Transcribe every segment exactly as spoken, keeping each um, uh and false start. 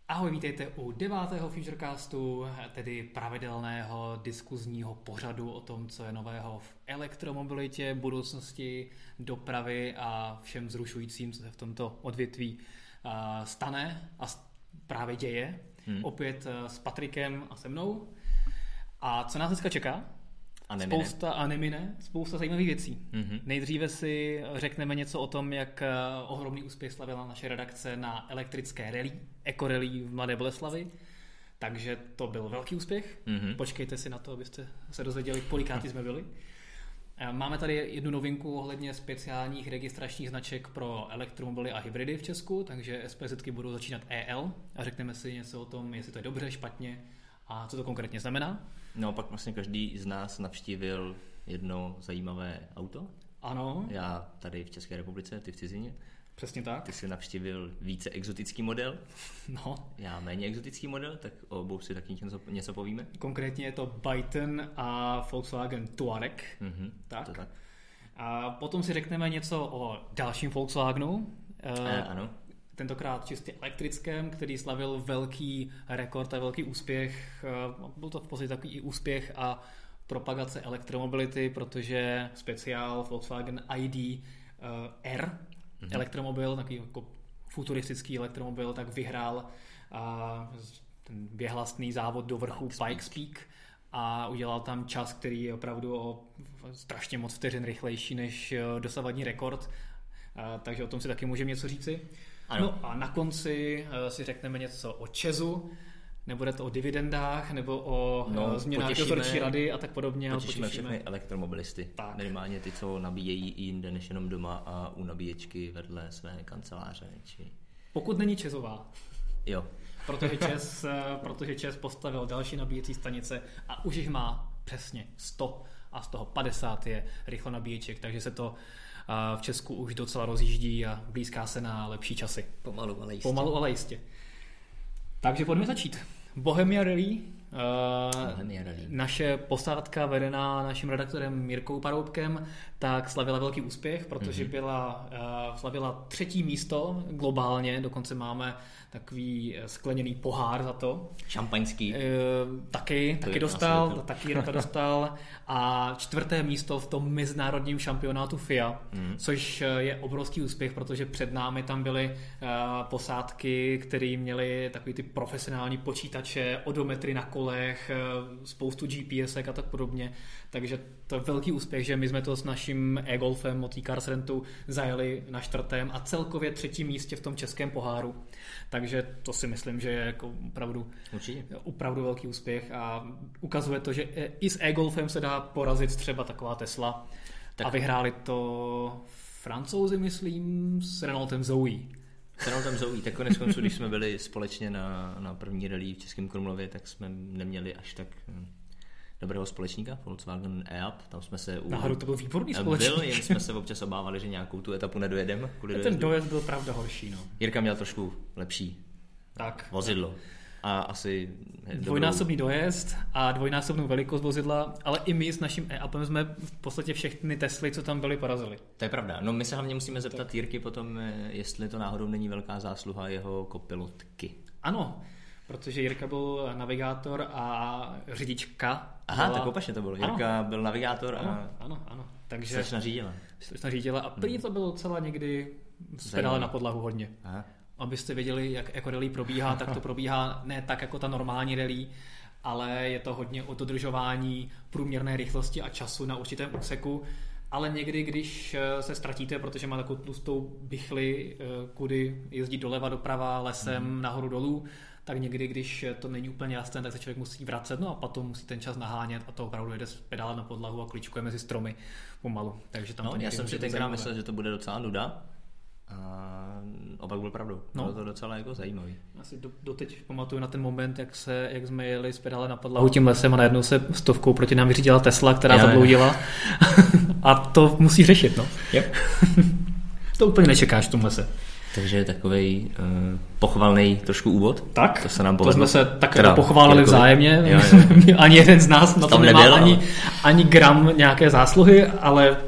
Ahoj, vítejte u devátého Futurecastu, tedy pravidelného diskuzního pořadu o tom, co je nového v elektromobilitě, budoucnosti, dopravy a všem zrušujícím, co se v tomto odvětví stane a právě děje. Hmm. Opět s Patrikem a se mnou. A co nás dneska čeká? A spousta a nemine, spousta zajímavých věcí. Mm-hmm. Nejdříve si řekneme něco o tom, jak ohromný úspěch slavila naše redakce na elektrické rally, Eco Rally v Mladé Boleslavi. Takže to byl velký úspěch. Mm-hmm. Počkejte si na to, abyste se dozvěděli, kolikátí jsme byli. Máme tady jednu novinku ohledně speciálních registračních značek pro elektromobily a hybridy v Česku, takže SPZky budou začínat E L a řekneme si něco o tom, jestli to je dobře, špatně a co to konkrétně znamená. No, pak vlastně každý z nás navštívil jedno zajímavé auto. Ano. Já tady v České republice, ty v cizině. Přesně tak. Ty jsi navštívil více exotický model. No. Já méně exotický model, tak o obou si taky něco, něco povíme. Konkrétně je to Byton a Volkswagen Touareg. Mm-hmm, tak. To tak. A potom si řekneme něco o dalším Volkswagenu. E, ano. Tentokrát čistě elektrickém, který slavil velký rekord a velký úspěch. Byl to v podstatě takový i úspěch a propagace elektromobility, protože speciál Volkswagen I D R, mm-hmm. elektromobil, takový jako futuristický elektromobil, tak vyhrál a, ten běhlastný závod do vrchu Pikes, Pikes Peak a udělal tam čas, který je opravdu o strašně moc vteřin rychlejší než dosavadní rekord. A, takže o tom si taky můžeme něco říci. Ano. No a na konci uh, si řekneme něco o ČEZu, nebude to o dividendách, nebo o no, změnách dozorčí rady a tak podobně. Potěšíme všechny elektromobilisty, tak. Minimálně ty, co nabíjejí i jinde než jenom doma a u nabíječky vedle své kanceláře. Či... Pokud není ČEZová. Jo. Protože ČEZ, protože ČEZ postavil další nabíjecí stanice a už jich má přesně sto a z toho padesát je rychlonabíječek, takže se to v Česku už docela rozjíždí a blízká se na lepší časy. Pomalu, ale jistě. Pomalu, ale jistě. Takže pojďme začít. Bohemia Rally. Bohemia Rally. Naše posádka vedená naším redaktorem Mirkou Paroubkem tak slavila velký úspěch, protože mm-hmm. byla, uh, slavila třetí místo globálně, dokonce máme takový skleněný pohár za to. Šampaňský. Uh, taky, taky dostal, taky to dostal a čtvrté místo v tom mezinárodním šampionátu F I A, mm. což je obrovský úspěch, protože před námi tam byly uh, posádky, které měly takový ty profesionální počítače, odometry na kolech, spoustu G P S ek a tak podobně, takže to je velký úspěch, že my jsme to s naším e-golfem od e-Cars Rentu zajeli na čtvrtém a celkově třetím místě v tom českém poháru, takže to si myslím, že je jako opravdu, opravdu velký úspěch a ukazuje to, že i s e-golfem se dá porazit třeba taková Tesla tak. A vyhráli to Francouzi, myslím, s Renaultem Zoe. S Renaultem Zoe, tak konec konců, když jsme byli společně na, na první rally v Českém Krumlově, tak jsme neměli až tak dobrého společníka, Volkswagen E-Up, tam jsme se... U... Náhodou to byl výborný společník. Byl, jen jsme se občas obávali, že nějakou tu etapu nedojedeme. Ten dojezd byl pravda horší, no. Jirka měl trošku lepší tak, vozidlo. A asi... Dvojnásobný dobrou... dojezd a dvojnásobnou velikost vozidla, ale i my s naším E-Upem jsme v podstatě všechny Tesly, co tam byly, porazili. To je pravda. No my se hlavně musíme zeptat tak. Jirky potom, jestli to náhodou není velká zásluha jeho kopilotky. Ano, protože Jirka byl navigátor a řidička. Aha, byla... tak opačně to bylo. Jirka ano. byl navigátor a... Ano, ano, ano. Takže... Slečna řídila. Slečna řídila a prý to bylo docela někdy s pedále na podlahu hodně. Aha. Abyste věděli, jak jako rally probíhá, tak to probíhá ne tak jako ta normální rally, ale je to hodně o dodržování průměrné rychlosti a času na určitém úseku. Ale někdy, když se ztratíte, protože má takovou tlustou bychli, kudy jezdí doleva, doprava, lesem, mm. nahoru, dolů, tak někdy, když to není úplně jasné, tak se člověk musí vracet, no a potom musí ten čas nahánět a to opravdu jede z pedále na podlahu a kličkuje mezi stromy pomalu. Takže tam no, to já jsem si tenkrát myslel, že to bude docela nuda. A opak byl pravdou. No. Bylo to docela jako zajímavý. Asi do, doteď pamatuju na ten moment, jak, se, jak jsme jeli z pedále na podlahu tím lesem a najednou se stovkou proti nám vyřídila Tesla, která zabloudila. A to musí řešit, no. Yep. To úplně nečekáš v tom lese. Takže takovej uh, pochvalný trošku úvod. Tak, to se nám povedlo. To jsme se tak teda pochválili Jirkovi. Vzájemně. Jo, jo. Ani jeden z nás na tom nemá ani, ani gram nějaké zásluhy, ale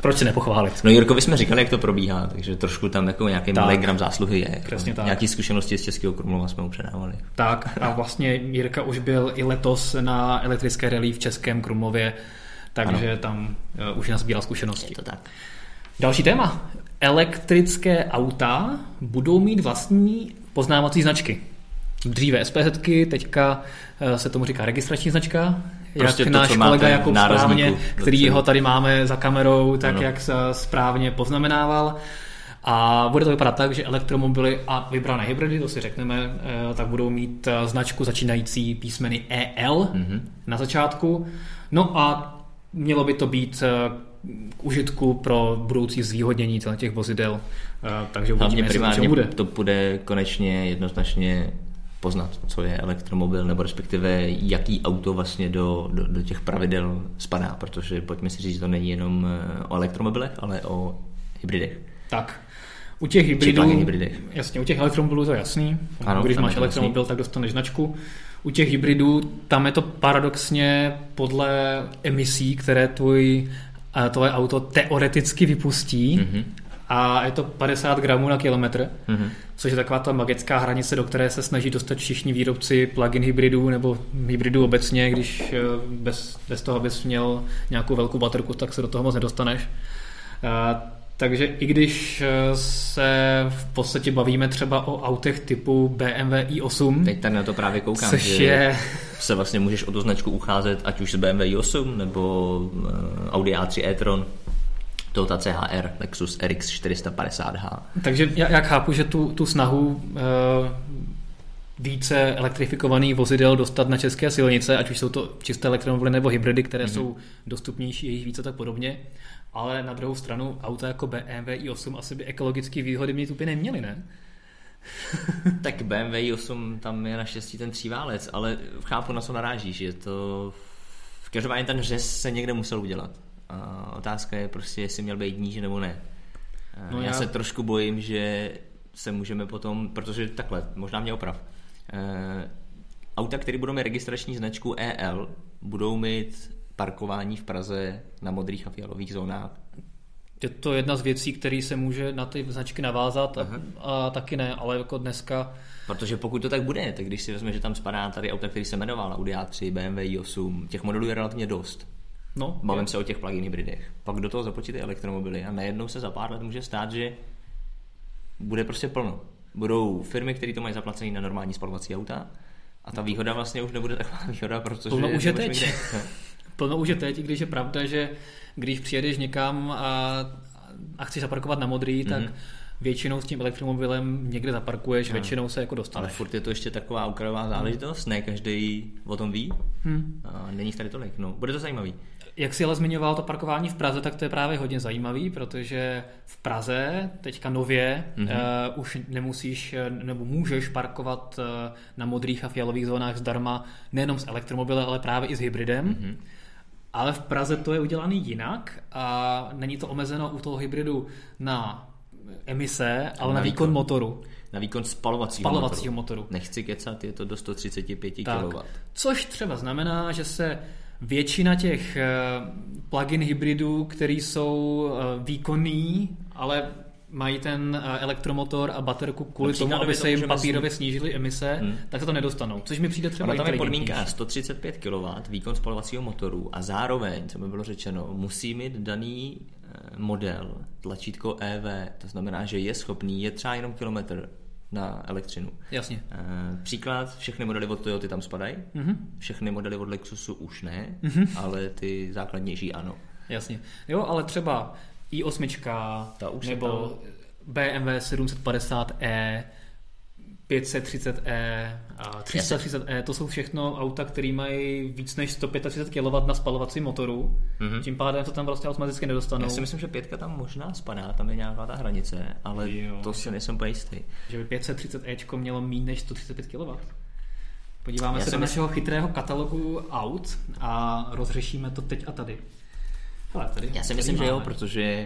Proč se nepochválit? No Jirkovi jsme říkali, jak to probíhá, takže trošku tam jako nějaký malý gram zásluhy je. Přesně tak. Nějaký zkušenosti z Českého Krumlova jsme mu předávali. Tak a vlastně Jirka už byl i letos na elektrické rally v Českém Krumlově, takže ano. tam uh, už nazbíral zkušenosti. Je to tak. Další téma. Elektrické auta budou mít vlastní poznávací značky. Dříve SPZky, teďka se tomu říká registrační značka, prostě jak to, náš kolega Jakub správně, který ho tady máme za kamerou, tak ano. jak se správně poznamenával. A bude to vypadat tak, že elektromobily a vybrané hybridy, to si řekneme, tak budou mít značku začínající písmeny E L mm-hmm. na začátku. No a mělo by to být k užitku pro budoucí zvýhodnění těch vozidel, takže uvidíme, jestli to bude. To bude konečně jednoznačně poznat, co je elektromobil, nebo respektive jaký auto vlastně do, do, do těch pravidel spadá, protože pojďme si říct, že to není jenom o elektromobilech, ale o hybridech. Tak, u těch hybridů, jasně, u těch elektromobilů to je jasný, ano, když máš elektromobil, jasný. Tak dostaneš značku. U těch hybridů, tam je to paradoxně podle emisí, které tvůj, tvoje auto teoreticky vypustí, mm-hmm. a je to padesát gramů na kilometr, mm-hmm. což je taková ta magická hranice, do které se snaží dostat všichni výrobci plug-in hybridů nebo hybridů obecně, když bez, bez toho bys měl nějakou velkou baterku, tak se do toho moc nedostaneš. Takže i když se v podstatě bavíme třeba o autech typu B M W i osm, teď tady na to právě koukám, což že je... se vlastně můžeš o tu značku ucházet, ať už z B M W i osm nebo Audi A tři e-tron, Toyota C H R, Lexus R X čtyři sta padesát H. Takže já, já chápu, že tu, tu snahu e, více elektrifikovaných vozidel dostat na české silnice, ať už jsou to čisté elektromobily nebo hybridy, které mm-hmm. jsou dostupnější, jejich více tak podobně, ale na druhou stranu auta jako B M W i osm asi by ekologické výhody mít úplně neměly, ne? Tak B M W i osm, tam je naštěstí ten tříválec, ale chápu, na co narážíš, je to... Každopádně ten řez se někde musel udělat. A otázka je prostě, jestli měl být níže nebo ne. No já... já se trošku bojím, že se můžeme potom, protože takhle, možná mě oprav. E, auta, které budou mít registrační značku E L, budou mít parkování v Praze na modrých a fialových zónách. Je to jedna z věcí, které se může na ty značky navázat a, a taky ne, ale jako dneska... Protože pokud to tak bude, tak když si vezme, že tam spadá tady auta, který se jmenoval Audi A tři, B M W i osm, těch modelů je relativně dost. No, bavím je. se o těch plug-in hybridech. Pak do toho započítají elektromobily a najednou se za pár let může stát, že bude prostě plno. Budou firmy, které to mají zaplacené na normální spalovací auta a ta výhoda vlastně už nebude taková výhoda, protože... Plno už je teď. Plno už je teď, i když je pravda, že když přijedeš někam a, a chceš zaparkovat na modrý, mm-hmm. tak většinou s tím elektromobilem někde zaparkuješ, no. většinou se jako dostaneš. Ale furt je to ještě taková okrajová záležitost, ne každý o tom ví. Hmm. A není jich tady tolik. No, bude to zajímavý. Jak jsi ale zmiňoval to parkování v Praze, tak to je právě hodně zajímavý, protože v Praze teďka nově mm-hmm. uh, už nemusíš nebo můžeš parkovat uh, na modrých a fialových zónách zdarma nejenom s elektromobilem, ale právě i s hybridem. Mm-hmm. Ale v Praze to je udělané jinak a není to omezeno u toho hybridu na emise, ale na, na výkon, výkon motoru. Na výkon spalovacího, spalovacího motoru. motoru. Nechci kecat, je to do sto třicet pět kilowattů. Což třeba znamená, že se většina těch plug-in hybridů, který jsou výkonný, ale mají ten elektromotor a baterku kvůli tomu, aby se jim papírově snížily emise, hmm. tak se to nedostanou. Což mi přijde třeba tam je podmínka sto třicet pět kilowattů výkon spalovacího motoru a zároveň, co mi bylo řečeno, musí mít daný model tlačítko E V, to znamená, že je schopný, je třeba jenom kilometr na elektřinu. Jasně. Příklad, všechny modely od Toyoty tam spadají, mm-hmm. všechny modely od Lexusu už ne, mm-hmm. ale ty základnější ano. Jasně. Jo, ale třeba i osm nebo B M W sedm set padesát E, pět set třicet E a tři sta třicet E, to jsou všechno auta, které mají víc než sto třicet pět kilowattů na spalovacím motoru, mm-hmm. tím pádem to tam vlastně automaticky nedostanou. Já si myslím, že pětka tam možná spadá, tam je nějaká ta hranice, ale jo, to si nejsem úplně jistý. Že by pět set třicet Ečko mělo méně než sto třicet pět kilowattů. Podíváme Já se do našeho myslím... chytrého katalogu aut a rozřešíme to teď a tady. Hele, tady Já si myslím, že jo, protože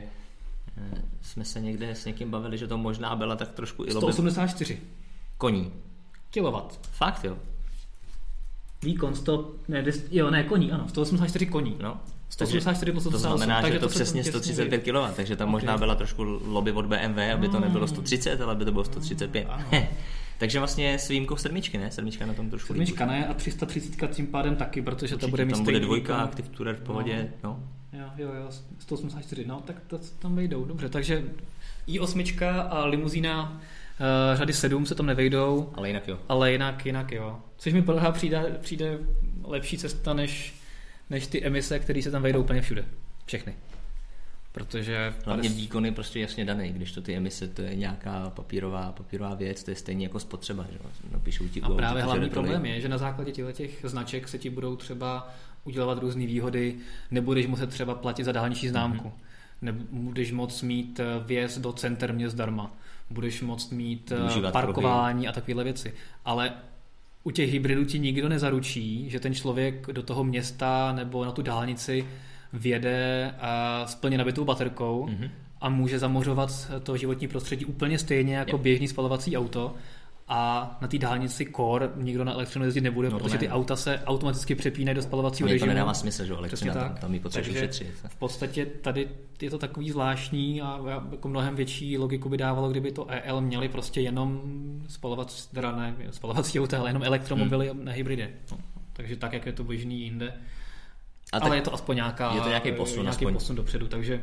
jsme se někde s někým bavili, že to možná byla tak trošku i sto osmdesát čtyři koní. Kilowatt. Fakt jo. Výkon sto, ne, jo, ne, koní, ano, sto osmdesát čtyři koní. No. sto osmdesát čtyři plus sto To osmdesát osm, znamená, že to se přesně těsně sto třicet pět kilowattů, takže tam okay. možná byla trošku lobby od B M W, aby to nebylo sto třicet, ale aby to bylo sto třicet pět. Takže vlastně s výjimkou sedmičky, ne? Sedmička na tom trošku líp. Sedmička ne a tři sta třicet tím pádem taky, protože určitě, to bude mít tam stejný bude dvojka, výkon. Active Tourer v pohodě, no. Jo, jo, jo, sto osmdesát čtyři, no, tak to tam vejdou, dobře, takže i osm a limuzína uh, řady sedm se tam nevejdou. Ale jinak jo. Ale jinak, jinak jo. Což mi podle přijde, přijde lepší cesta, než, než ty emise, které se tam vejdou úplně všude. Všechny. Protože... Hlavně výkon je prostě jasně daný, když to ty emise, to je nějaká papírová, papírová věc, to je stejně jako spotřeba, že napíšou ti. A právě hlavní problém je, že na základě těch značek se ti budou třeba udělovat různé výhody, nebudeš muset třeba platit za dálniční známku, mm-hmm. nebudeš moct mít vjezd do center měst zdarma, budeš moct mít využívat parkování proby. A takovéhle věci. Ale u těch hybridů ti nikdo nezaručí, že ten člověk do toho města nebo na tu dálnici vjede s plně nabitou baterkou mm-hmm. a může zamořovat to životní prostředí úplně stejně jako yep. běžný spalovací auto. A na té dálnici core nikdo na elektřinu jezdit nebude, no protože ne. Ty auta se automaticky přepínají do spalovacího režimu. To nedává smysl, že elektřina tam, tam ji potřebuje šetřit. V podstatě tady je to takový zvláštní a jako mnohem větší logiku by dávalo, kdyby to E L měli prostě jenom spalovat, teda ne spalovací auta, ale jenom elektromobily hmm. na hybridy. No, takže tak, jak je to běžný jinde. A ale je to aspoň nějaká, je to nějaký posun, nějaký aspoň. posun dopředu, takže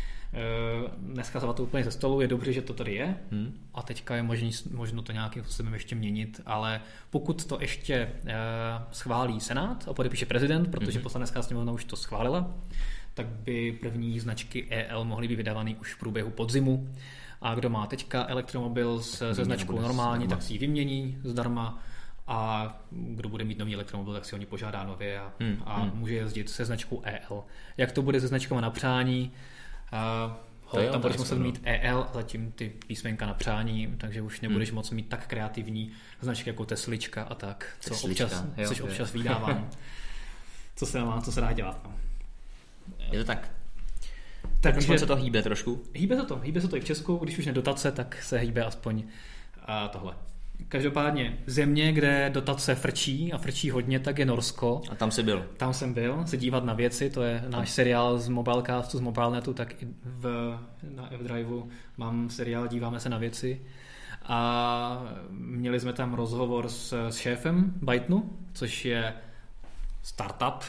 dneska to úplně ze stolu, je dobře, že to tady je hmm. a teďka je možný, možno to nějakým způsobem ještě měnit, ale pokud to ještě uh, schválí Senát a podepíše prezident, protože hmm. poslanecká sněmovna už to schválila, tak by první značky E L mohly být vydávány už v průběhu podzimu a kdo má teďka elektromobil se, se značkou normální, tak si ji vymění zdarma a kdo bude mít nový elektromobil, tak si ho požádá nově a, hmm. a hmm. může jezdit se značkou E L. Jak to bude se značkama na přání? Uh, ho, jo, tam budeš muset mít E L a zatím ty písmenka na přání, takže už nebudeš hmm. moc mít tak kreativní značky jako Teslička a tak, co Teslička, občas, jo, což jo. občas vydávám. co se má, co se dá dělat. No. Je to tak. Tak aspoň se to hýbe trošku. Hýbe se to, hýbe se to i v Česku, když už ne dotace, tak se hýbe aspoň a tohle. Každopádně země, kde dotace frčí a frčí hodně, tak je Norsko. A tam jsi byl? Tam jsem byl, se dívat na věci, to je náš seriál z Mobilecastu, z MobileNetu, tak i v, na F-Driveu mám seriál Díváme se na věci. A měli jsme tam rozhovor s, s šéfem Bytenu, což je startup.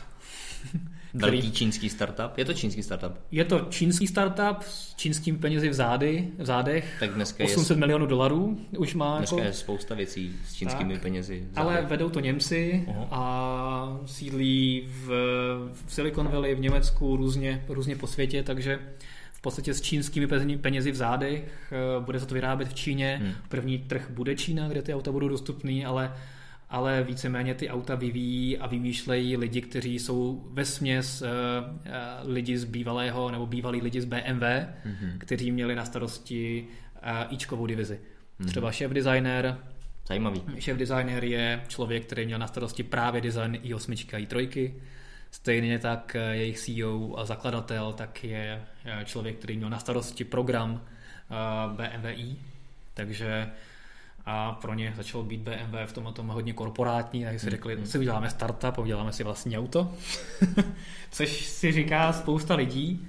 Velký čínský startup? Je to čínský startup? Je to čínský startup s čínským penězi v, zády, v zádech. Tak dneska osm set je... milionů dolarů už má. Dneska jako... je spousta věcí s čínskými tak, penězi. Ale vedou to Němci uh-huh. a sídlí v, v Silicon Valley, v Německu, různě, různě po světě, takže v podstatě s čínskými penězi v zádech bude se to vyrábět v Číně. Hmm. První trh bude Čína, kde ty auta budou dostupný, ale ale víceméně ty auta vyvíjí a vymýšlejí lidi, kteří jsou vesměs uh, uh, lidi z bývalého, nebo bývalí lidi z B M W, mm-hmm. kteří měli na starosti uh, ičkovou divizi. Mm-hmm. Třeba šéf designer. Zajímavý. Šéf designer je člověk, který měl na starosti právě design i osm a i tři. Stejně tak jejich C E O a zakladatel, tak je člověk, který měl na starosti program uh, B M W i. Takže a pro ně začalo být B M W v tom, tom hodně korporátní, takže si řekli, si uděláme startup a uděláme si vlastní auto, což si říká spousta lidí.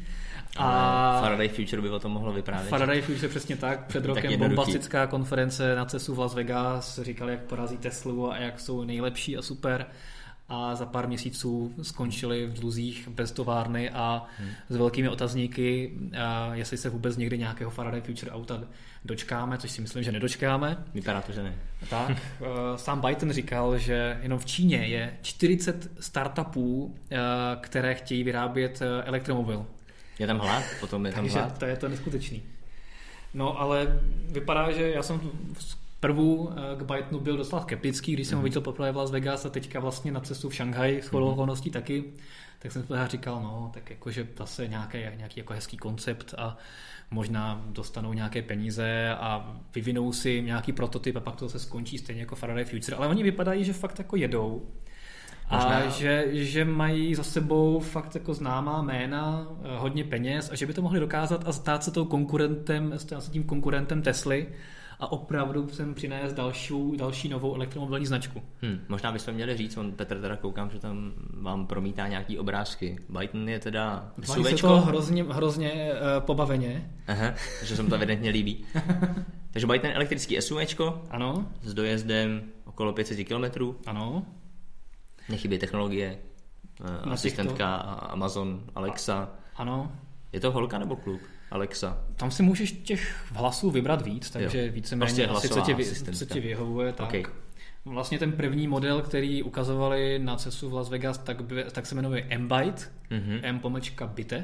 A Faraday Future by o tom mohlo vyprávět. Faraday Future přesně tak, před rokem bombastická konference na cestu v Las Vegas, říkali, jak porazí Teslu a jak jsou nejlepší a super. A za pár měsíců skončili v dluzích bez továrny a hmm. s velkými otazníky, a jestli se vůbec někdy nějakého Faraday Future auta dočkáme, což si myslím, že nedočkáme. Vypadá to, že ne. Tak, sám Byton říkal, že jenom v Číně je čtyřicet startupů, které chtějí vyrábět elektromobil. Je tam hlad? Potom je tam Takže hlad? to je to neskutečný. No ale vypadá, že já jsem Prvu k Bytonu byl docela skeptický, když jsem ho viděl poprvé v Las Vegas a teďka vlastně na cestu v Šanghaji shodou okolností taky, tak jsem pořád říkal, no, tak jakože zase nějaký, nějaký jako hezký koncept a možná dostanou nějaké peníze a vyvinou si nějaký prototyp a pak to se skončí stejně jako Faraday Future, ale oni vypadají, že fakt jako jedou. Možná... A že, že mají za sebou fakt jako známá jména, hodně peněz a že by to mohli dokázat a stát se tou konkurentem, stát se tím konkurentem Tesly. a opravdu jsem přinést další, další novou elektromobilní značku. Hmm, možná bychom měli říct, on Petr teda koukám, že tam vám promítá nějaký obrázky. Byton je teda SUVčko. Se to hrozně, hrozně uh, pobaveně. Aha, že se mu to evidentně líbí. Takže Byton je elektrický SUVčko. Ano. S dojezdem okolo pět set kilometrů. Ano. Nechybí technologie, uh, asistentka Amazon, Alexa. Ano. Je to holka nebo kluk? Alexa. Tam si můžeš těch hlasů vybrat víc, takže víceméně prostě asi, co ti, co ti vyhovuje. Tak. Okay. Vlastně ten první model, který ukazovali na cestu v Las Vegas, tak, by, tak se jmenuje M-Byte, mm-hmm. M pomlčka Byte.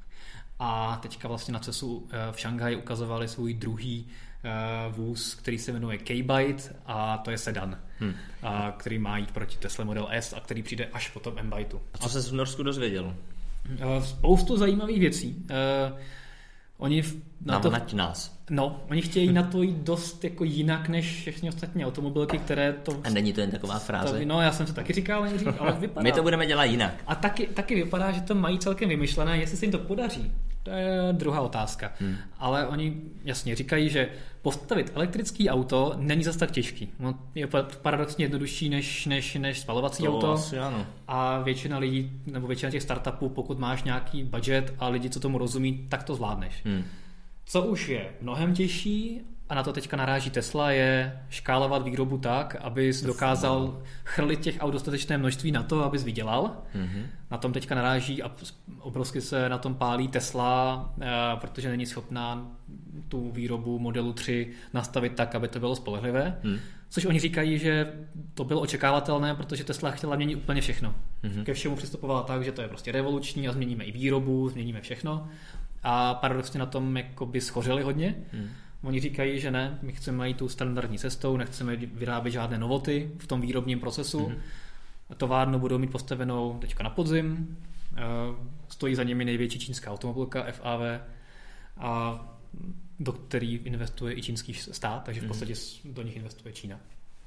A teďka vlastně na cestu v Šanghaji ukazovali svůj druhý uh, vůz, který se jmenuje K-Byte a to je sedan, hmm. a, který má jít proti Tesla Model S a který přijde až po tom M-Byteu. A co se v Norsku dozvěděl? Uh, spoustu zajímavých věcí. Uh, oni v, na to, nás. No, oni chtějí na to jít dost jako jinak než všechny ostatní automobilky, které to... A není to jen taková fráze? Staví, no, já jsem to taky říkal, nejdřív, ale vypadá... My to budeme dělat jinak. A taky, taky vypadá, že to mají celkem vymyšlené, jestli se jim to podaří. To je druhá otázka. Hmm. Ale oni jasně říkají, že postavit elektrický auto není zas tak těžký. No, je paradoxně jednodušší než, než, než spalovací to auto. Asi ano. A většina lidí, nebo většina těch startupů, pokud máš nějaký budget a lidi, co tomu rozumí, tak to zvládneš. Hmm. Co už je mnohem těžší, a na to teďka naráží Tesla, je škálovat výrobu tak, abys dokázal chrlit těch aut dostatečné množství na to, abys vydělal. Mm-hmm. Na tom teďka naráží a obrovsky se na tom pálí Tesla, protože není schopná tu výrobu modelu tři nastavit tak, aby to bylo spolehlivé. Mm. Což oni říkají, že to bylo očekávatelné, protože Tesla chtěla měnit úplně všechno. Mm-hmm. Ke všemu přistupovala tak, že to je prostě revoluční a změníme i výrobu, změníme všechno. A paradoxně na tom jakoby schořeli hodně. Mm. Oni říkají, že ne, my chceme jít tou standardní cestou, nechceme vyrábět žádné novoty v tom výrobním procesu. Mm-hmm. Továrnu budou mít postavenou teďka na podzim, stojí za nimi největší čínská automobilka F A V, a do který investuje i čínský stát, takže v podstatě mm-hmm. do nich investuje Čína.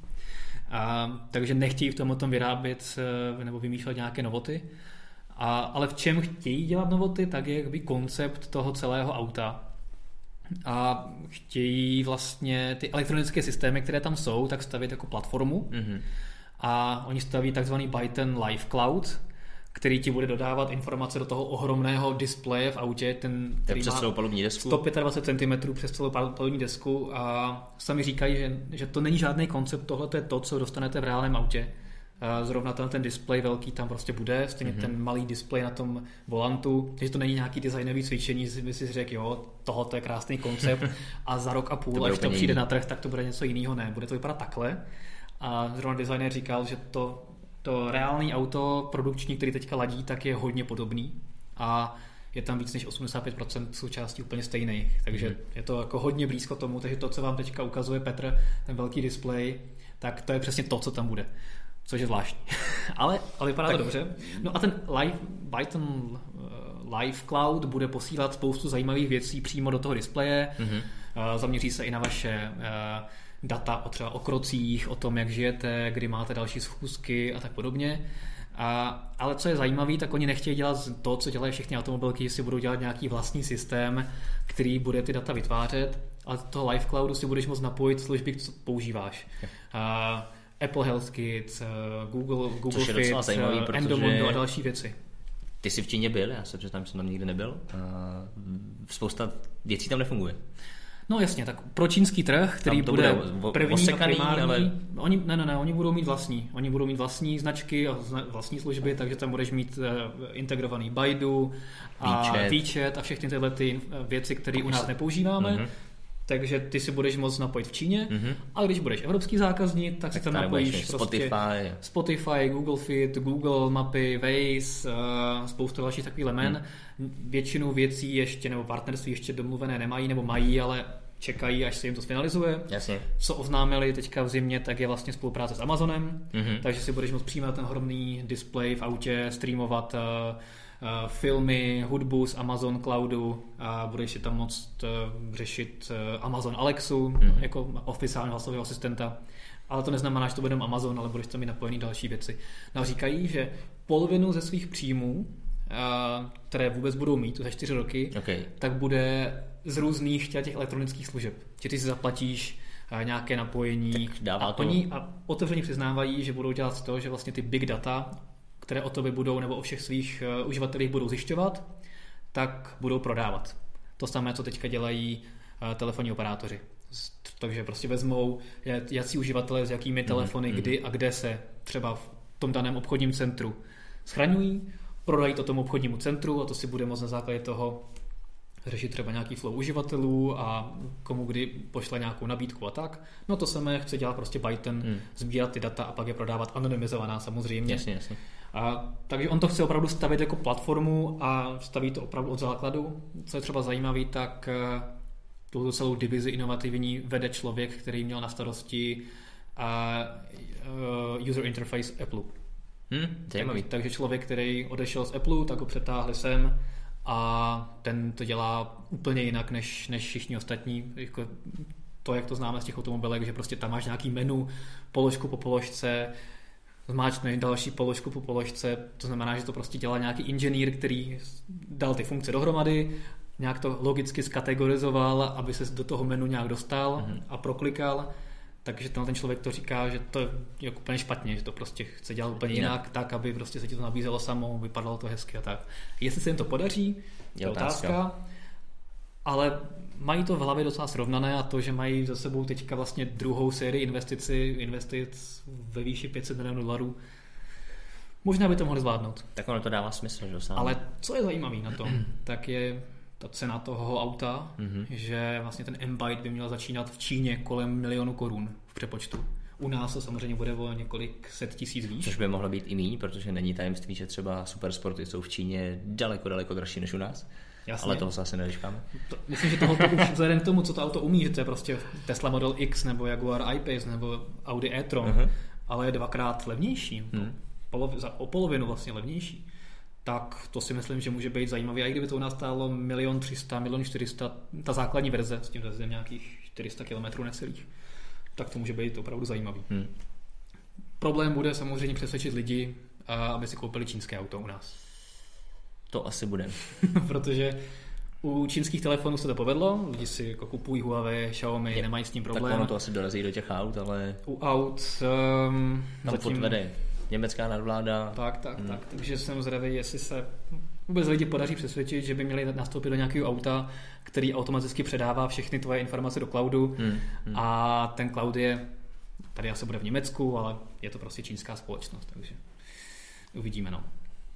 A, takže nechtějí v tomhle tom vyrábět nebo vymýšlet nějaké novoty. A, ale v čem chtějí dělat novoty, tak je jakby koncept toho celého auta. A chtějí vlastně ty elektronické systémy, které tam jsou, tak stavět jako platformu. Mm-hmm. A oni staví takzvaný Byton Live Cloud, který ti bude dodávat informace do toho ohromného displeje v autě, ten, který přes celou palubní desku. sto dvacet pět centimetrů přes celou palubní desku, a sami říkají, že, že to není žádný koncept, tohle je to, co dostanete v reálném autě. Zrovna ten, ten displej velký tam prostě bude, stejně mm-hmm. ten malý displej na tom volantu, takže to není nějaký designový cvičení, by si řekl, jo, tohle je krásný koncept a za rok a půl, to až to přijde jiný na trh, tak to bude něco jiného, ne, bude to vypadat takhle. A zrovna designer říkal, že to, to reální auto produkční, který teďka ladí, tak je hodně podobný a je tam víc než osmdesát pět procent součástí úplně stejných, takže mm-hmm. je to jako hodně blízko tomu, takže to, co vám teďka ukazuje Petr, ten velký displej, tak to je přesně to, co tam bude. Což je zvláštní. ale, ale vypadá tak to dobře. No a ten live, Byton uh, Live Cloud bude posílat spoustu zajímavých věcí přímo do toho displeje. Mm-hmm. Uh, zaměří se i na vaše uh, data o třeba o krocích, o tom, jak žijete, kdy máte další schůzky a tak podobně. A, ale co je zajímavé, tak oni nechtějí dělat to, co dělají všechny automobilky, že si budou dělat nějaký vlastní systém, který bude ty data vytvářet, ale toho Live Cloudu si budeš moct napojit služby, co používáš. Uh, Apple Health Kit, Google, Google Fit, zajímavý, Endomondo a další věci. Ty jsi v Číně byl, já se přiznám, že jsem tam nikdy nebyl. Spousta věcí tam nefunguje. No jasně, tak pro čínský trh, který bude, bude první osekaný, a primární, ale... oni, ne, ne, ne, oni budou mít vlastní. Oni budou mít vlastní značky a vlastní služby, takže tam budeš mít integrovaný Baidu a WeChat a všechny tyhle ty věci, které u nás nepoužíváme. Mm-hmm. Takže ty si budeš moct napojit v Číně, mm-hmm. ale když budeš evropský zákazník, tak, tak si tam napojíš prostě Spotify. Spotify, Google Fit, Google mapy, Waze, uh, spoustu dalších takových lemen. Mm. Většinu věcí ještě, nebo partnerství ještě domluvené nemají, nebo mají, ale čekají, až se jim to sfinalizuje. Jasně. Co oznámili teďka v zimě, tak je vlastně spolupráce s Amazonem, mm-hmm. takže si budeš moct přijímat ten ohromný displej v autě, streamovat uh, Uh, filmy, hudbu z Amazon Cloudu a budeš si tam moct uh, řešit uh, Amazon Alexu mm-hmm. jako oficiálního hlasového asistenta. Ale to neznamená, že to bude jenom Amazon, ale budeš tam mít napojený další věci. No, říkají, že polovinu ze svých příjmů, uh, které vůbec budou mít za čtyři roky, okay. tak bude z různých těch elektronických služeb. Že ty si zaplatíš nějaké napojení. A to... oni a otevřeně přiznávají, že budou dělat to, že vlastně ty big data, které o tobě budou nebo o všech svých uh, uživatelích budou zjišťovat, tak budou prodávat. To samé, co teďka dělají uh, telefonní operátoři. Takže prostě vezmou, jací uživatelé s jakými telefony, mm-hmm. kdy a kde se třeba v tom daném obchodním centru schraňují, prodají to tomu obchodnímu centru a to si bude moct na základě toho řešit třeba nějaký flow uživatelů a komu kdy pošle nějakou nabídku a tak. No to samé chce dělat prostě Byten, mm. sbírat ty data a pak je prodávat anonymizovaná samozřejmě. Jasně, jasně. A, takže on to chce opravdu stavit jako platformu a staví to opravdu od základu. Co je třeba zajímavý, tak tuto celou divizi inovativní vede člověk, který měl na starosti uh, user interface Apple. Hmm, zajímavý. Tak, takže člověk, který odešel z Apple, tak ho přetáhli sem a ten to dělá úplně jinak než, než všichni ostatní. Jako to, jak to známe z těch automobilek, že prostě tam máš nějaký menu, položku po položce, zmáčkneš další položku po položce, to znamená, že to prostě dělá nějaký inženýr, který dal ty funkce dohromady, nějak to logicky skategorizoval, aby se do toho menu nějak dostal mm-hmm. a proklikal. Takže ten, ten člověk to říká, že to je úplně špatně, že to prostě chce dělat úplně jinak, jinak tak, aby prostě se ti to nabízelo samo, vypadalo to hezky a tak. Jestli se jim to podaří, je, je otázka. otázka, ale mají to v hlavě docela srovnané a to, že mají za sebou teďka vlastně druhou sérii investici, investic ve výši pět set milionů dolarů, možná by to mohli zvládnout. Tak ono to dává smysl, že sám. Ale co je zajímavé na tom, tak je ta cena toho auta, mm-hmm. že vlastně ten M-Byte by měl začínat v Číně kolem milionu korun v přepočtu. U nás to samozřejmě bude o několik set tisíc výš. Což by mohlo být i míň, protože není tajemství, že třeba supersporty jsou v Číně daleko, daleko dražší než u nás. Jasně. Ale toho se asi nedočkáme. To, myslím, že tohoto už vzhledem k tomu, co to auto umí, že to je prostě Tesla Model X nebo Jaguar I-Pace nebo Audi e-tron, uh-huh. ale je dvakrát levnější. Hmm. Polov, za, o polovinu vlastně levnější. Tak to si myslím, že může být zajímavé. A i kdyby to u nás stálo milion třista, milion čtyřista, ta základní verze s tím vezdem nějakých čtyři sta kilometrů necelých, tak to může být opravdu zajímavý. Hmm. Problém bude samozřejmě přesvědčit lidi, aby si koupili čínské auto u nás. To asi bude. Protože u čínských telefonů se to povedlo, lidi si jako kupují Huawei, Xiaomi, je, nemají s tím problém. Tak ono to asi dorazí do těch aut, ale... U aut... Um, tam zatím... podvede německá nadvláda. Tak, tak, hmm. tak. Takže jsem zvědavý, jestli se vůbec lidi podaří přesvědčit, že by měli nastoupit do nějakého auta, který automaticky předává všechny tvoje informace do cloudu hmm. Hmm. a ten cloud je, tady asi bude v Německu, ale je to prostě čínská společnost, takže uvidíme, no.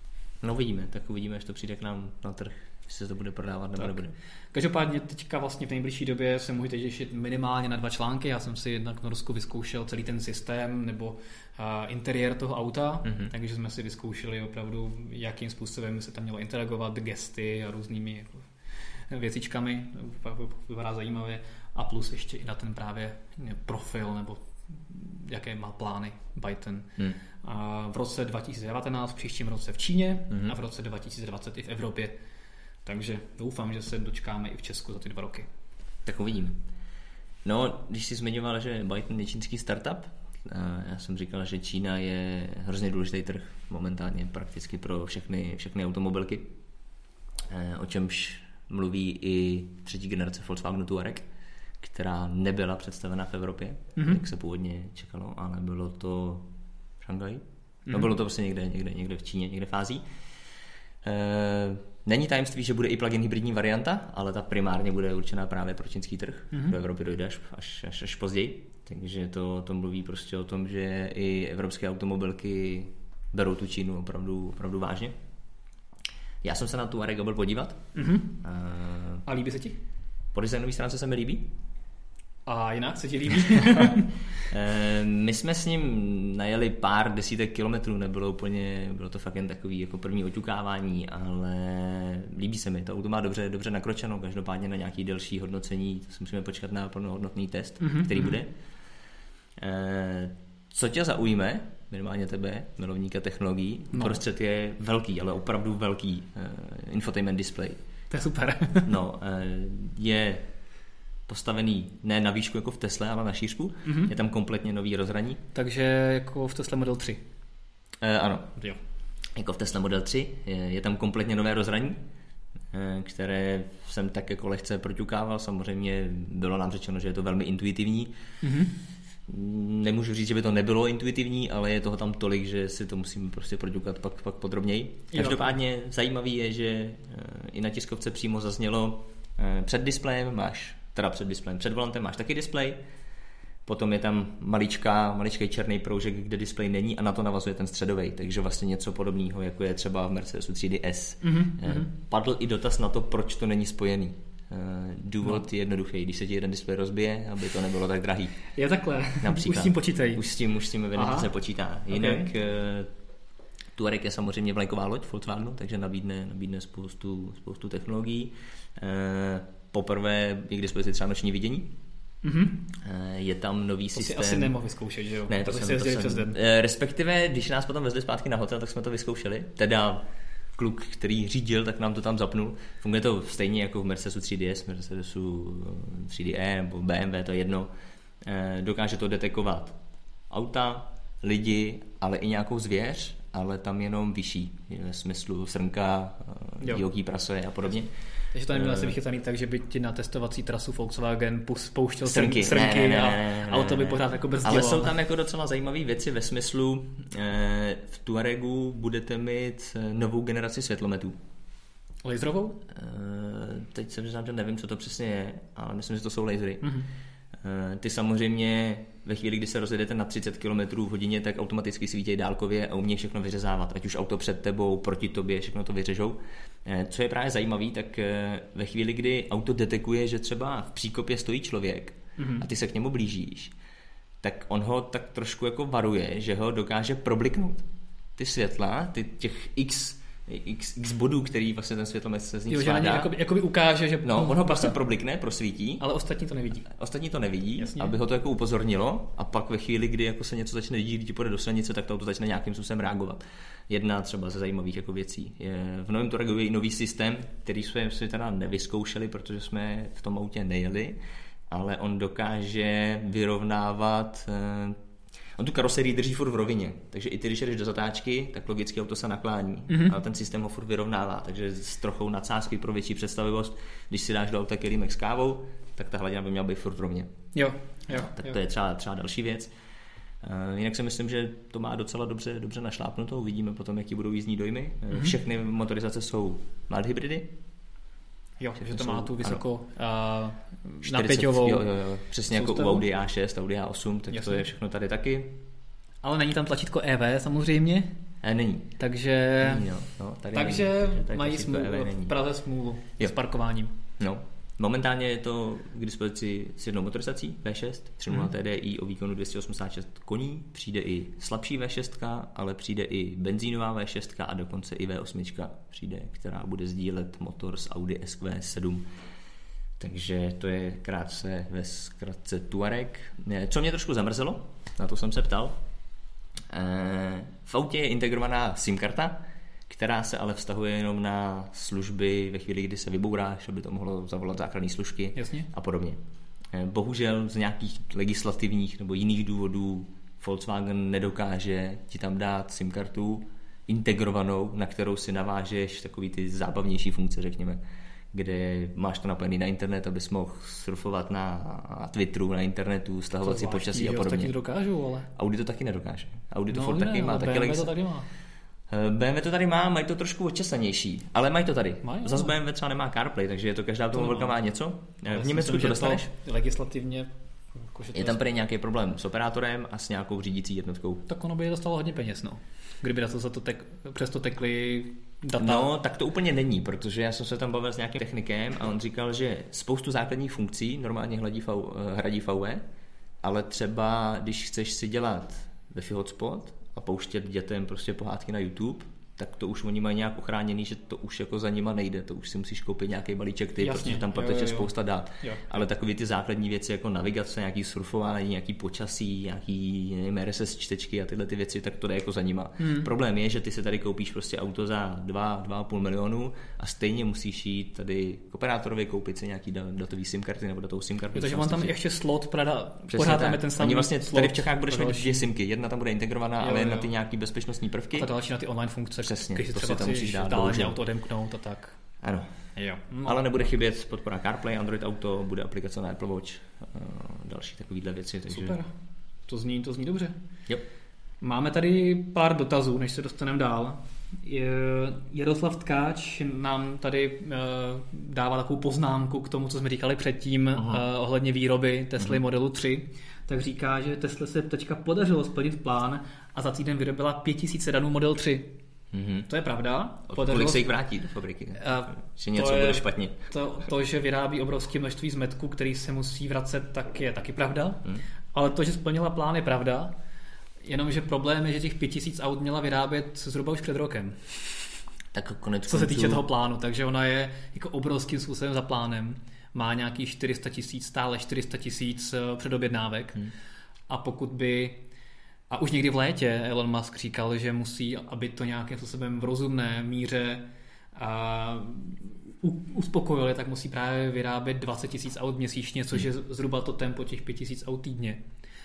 No uvidíme, tak uvidíme, až to přijde k nám na trh, jestli se to bude prodávat nebo nebude. Každopádně teďka vlastně v nejbližší době se můžete těšit minimálně na dva články. Já jsem si jednak v Norsku vyzkoušel celý ten systém nebo uh, interiér toho auta, mm-hmm. takže jsme si vyzkoušeli opravdu, jakým způsobem se tam mělo interagovat, gesty a různými jako, věcičkami, vypadá zajímavě. A plus ještě i na ten právě profil nebo jaké má plány Byten. Hmm. A v roce dva tisíce devatenáct, v příštím roce v Číně hmm. a v roce dva tisíce dvacet i v Evropě. Takže doufám, že se dočkáme i v Česku za ty dva roky. Tak uvidíme. No, když jsi zmiňoval, že Byten je čínský startup, já jsem říkal, že Čína je hrozně důležitý trh momentálně prakticky pro všechny, všechny automobilky, o čemž mluví i třetí generace Volkswagenu Touareg, která nebyla představena v Evropě, mm-hmm. jak se původně čekalo, ale bylo to v Šanghaji. Mm-hmm. No bylo to prostě někde, někde, někde v Číně, někde v Ázii. E, není tajemství, že bude i plug-in hybridní varianta, ale ta primárně bude určená právě pro čínský trh. Mm-hmm. Do Evropy dojde až, až, až, až později. Takže to, to mluví prostě o tom, že i evropské automobilky berou tu Čínu opravdu, opravdu vážně. Já jsem se na Touareg byl podívat. Mm-hmm. E, a líbí se ti? Po designové stránce se mi líbí. A jinak se ti líbí? My jsme s ním najeli pár desítek kilometrů, nebylo úplně, bylo to fakt jen takový jako první oťukávání, ale líbí se mi, to auto má dobře, dobře nakročeno, každopádně na nějaký delší hodnocení, to si musíme počkat na plnohodnotný test, mm-hmm. který bude. Co tě zaujme, minimálně tebe, milovníka technologií, no. Prostřed je velký, ale opravdu velký infotainment display. To je super. No, je postavený ne na výšku jako v Tesle, ale na šířku. Mm-hmm. Je tam kompletně nový rozhraní. Takže jako v Tesla Model tři. E, ano. Jo. Jako v Tesla Model tři. Je, je tam kompletně nové rozhraní. které jsem tak jako lehce proťukával. Samozřejmě bylo nám řečeno, že je to velmi intuitivní. Mm-hmm. Nemůžu říct, že by to nebylo intuitivní, ale je toho tam tolik, že si to musím prostě proťukat pak, pak podrobněji. Každopádně zajímavý je, že i na tiskovce přímo zaznělo, před displejem máš, teda před displejem, před volantem máš taky displej, potom je tam maličká, maličký černý proužek, kde displej není a na to navazuje ten středový, takže vlastně něco podobného, jako je třeba v Mercedesu tři D S. Mm-hmm. Padl i dotaz na to, proč to není spojený. Důvod no. je jednoduchý, když se ti jeden displej rozbije, aby to nebylo tak drahý. Je takhle, například. Už s tím počítají. Už s tím, už s tím evidentně se počítá. Jinak okay. Touareg je samozřejmě vlajková loď Volkswagenu, takže nabídne, nabídne spoustu, spoustu technologií. Poprvé je k dispozici třeba noční vidění. Mm-hmm. Je tam nový to systém. To si asi nemohl vyzkoušet, že jo? Ne, to, to jsem, to jsem, přes den. Respektive, když nás potom vezli zpátky na hotel, tak jsme to vyzkoušeli. Teda kluk, který řídil, tak nám to tam zapnul. Funguje to stejně jako v Mercedesu tři D S, Mercedesu tři D E nebo B M W, to je jedno. Dokáže to detekovat auta, lidi, ale i nějakou zvěř, ale tam jenom vyšší, ve smyslu srnka, divoký prase a podobně. Takže to nemělo asi vychytaný tak, že by ti na testovací trasu Volkswagen pouštěl srnky, srnky ne, ne, a ne, ne, auto by pořád jako brzdilo. Ale jsou tam jako docela zajímavé věci ve smyslu, eh, v Touaregu budete mít novou generaci světlometů. Laserovou? Eh, teď se přiznám, že nevím, co to přesně je, ale myslím, že to jsou lasery. Mm-hmm. Eh, ty samozřejmě ve chvíli, kdy se rozjedete na třicet kilometrů v hodině, tak automaticky svítějí dálkově a umějí všechno vyřezávat. Ať už auto před tebou, proti tobě, všechno to vyřežou. Co je právě zajímavé, tak ve chvíli, kdy auto detekuje, že třeba v příkopě stojí člověk mm-hmm. a ty se k němu blížíš, tak on ho tak trošku jako varuje, že ho dokáže probliknout. Ty světla, ty těch x X, x bodů, který vlastně ten světlomet se z nich skládá. Jakoby, jakoby ukáže, že... No, on ho prostě problikne, prosvítí. Ale ostatní to nevidí. Ostatní to nevidí, Jasně. Aby ho to jako upozornilo a pak ve chvíli, kdy jako se něco začne dít, když půjde do silnice, tak to auto začne nějakým způsobem reagovat. Jedna třeba ze zajímavých jako věcí. Je, v novém Touaregu je i nový systém, který jsme si teda nevyzkoušeli, protože jsme v tom autě nejeli, ale on dokáže vyrovnávat... On tu karoserii drží furt v rovině, takže i ty, když jdeš do zatáčky, tak logicky auto se naklání, mm-hmm. ale ten systém ho furt vyrovnává, takže s trochou nadsázky pro větší představivost, když si dáš do auta kelímek s kávou, tak ta hladina by měla být furt rovně. Jo, jo. Tak jo. to je třeba, třeba další věc. Uh, jinak si myslím, že to má docela dobře, dobře našlápnuto, uvidíme potom, jaký budou jízdní dojmy. Mm-hmm. Všechny motorizace jsou mild hybridy. Jo, že to má tu vysoko uh, čtyřicet, napěťovou. Jo, jo, jo. Přesně soustavu. Jako u Audi A šest, Audi A osm, tak Jasně. To je všechno tady taky. Ale není tam tlačítko E V samozřejmě. E, není. Takže, není, no. No, tady takže není. Tady mají smůlu, v Praze smůlu s parkováním. No. Momentálně je to k dispozici s jednou motorizací V šest, tři nula T D I o výkonu dvě stě osmdesát šest koní, přijde i slabší V šest, ale přijde i benzínová V šest a dokonce i V osm přijde, která bude sdílet motor s Audi S Q sedm. Takže to je krátce ve zkratce Touareg. Co mě trošku zamrzelo, na to jsem se ptal, v autě je integrovaná SIM karta, která se ale vztahuje jenom na služby ve chvíli, kdy se vybouráš, aby to mohlo zavolat záchranné služky Jasně. a podobně. Bohužel z nějakých legislativních nebo jiných důvodů Volkswagen nedokáže ti tam dát SIM kartu integrovanou, na kterou si navážeš takový ty zábavnější funkce, řekněme, kde máš to napojený na internet, abys mohl surfovat na Twitteru, na internetu, stahovat si počasí a podobně. To dokážou, ale... Audi to taky nedokáže. Audi to no, furt ne, taky má. Taky B M W lex... to tady má. B M W to tady má, mají to trošku očesanější, ale mají to tady. Mají, Zas B M W třeba nemá CarPlay, takže je to každá automobilka má něco. V Německu to dostaneš? Legislativně jako, je tam prý nějaký problém s operátorem a s nějakou řídící jednotkou. Tak ono by je dostalo hodně peněz, no. Kdyby na to za to tek, přesto tekly data. No, tak to úplně není, protože já jsem se tam bavil s nějakým technikem a on říkal, že spoustu základních funkcí normálně hradí, v, hradí V W, ale třeba když chceš si dělat Wi-Fi hotspot a pouštět dětem prostě pohádky na YouTube, tak to už oni mají nějak ochráněný, že to už jako za nima nejde, to už si musíš koupit nějaký balíček ty, Jasně, protože tam proteče spousta dát. Jo. Ale takový ty základní věci jako navigace, nějaký surfování, nějaký počasí, nějaký nevím, R S S čtečky a tyhle ty věci, tak to jde jako za nima. Hmm. Problém je, že ty si tady koupíš prostě auto za dva, dva a půl milionu a stejně musíš jít tady k operátorovi koupit si nějaký datový SIM karty nebo datovou SIM kartu. Takže mám tam ještě slot, prada, pořád tam je ten samý. Oni vlastně slot, tady v Čechách budeš mít dvě simky, jedna tam bude integrovaná, jo, ale jo. na ty nějaký bezpečnostní prvky. A ta další na ty online funkce. Přesně, když si to třeba si tam musíš dát. Dálně auto odemknout a tak. Ano. Jo. No. Ale nebude chybět podpora CarPlay, Android Auto, bude aplikace na Apple Watch, další takovýhle věci. Takže... Super, to zní, to zní dobře. Jo. Máme tady pár dotazů, než se dostaneme dál. Jaroslav Tkáč nám tady dává takovou poznámku k tomu, co jsme říkali předtím uh, ohledně výroby Tesly uh-huh. Modelu tři. Tak říká, že Tesla se teďka podařilo splnit plán a za týden vyrobila pět tisíc sedanů Model tři. Mm-hmm. To je pravda. Podařilo... Kolik se jich vrátí do fabriky? Uh, že něco bude špatně. To, to, že vyrábí obrovské množství zmetků, který se musí vracet, tak je taky pravda. Mm. Ale to, že splnila plán, je pravda. Jenomže problém je, že těch pět tisíc aut měla vyrábět zhruba už před rokem. Tak konec Co se týče toho plánu, takže ona je jako obrovským způsobem za plánem. Má nějakých čtyři sta tisíc, stále čtyři sta tisíc předobjednávek. Hmm. A pokud by... A už někdy v létě Elon Musk říkal, že musí, aby to nějakým způsobem v rozumné míře a, u, uspokojili, tak musí právě vyrábět dvacet tisíc aut měsíčně, což je zhruba to tempo těch pět tisíc aut týdně.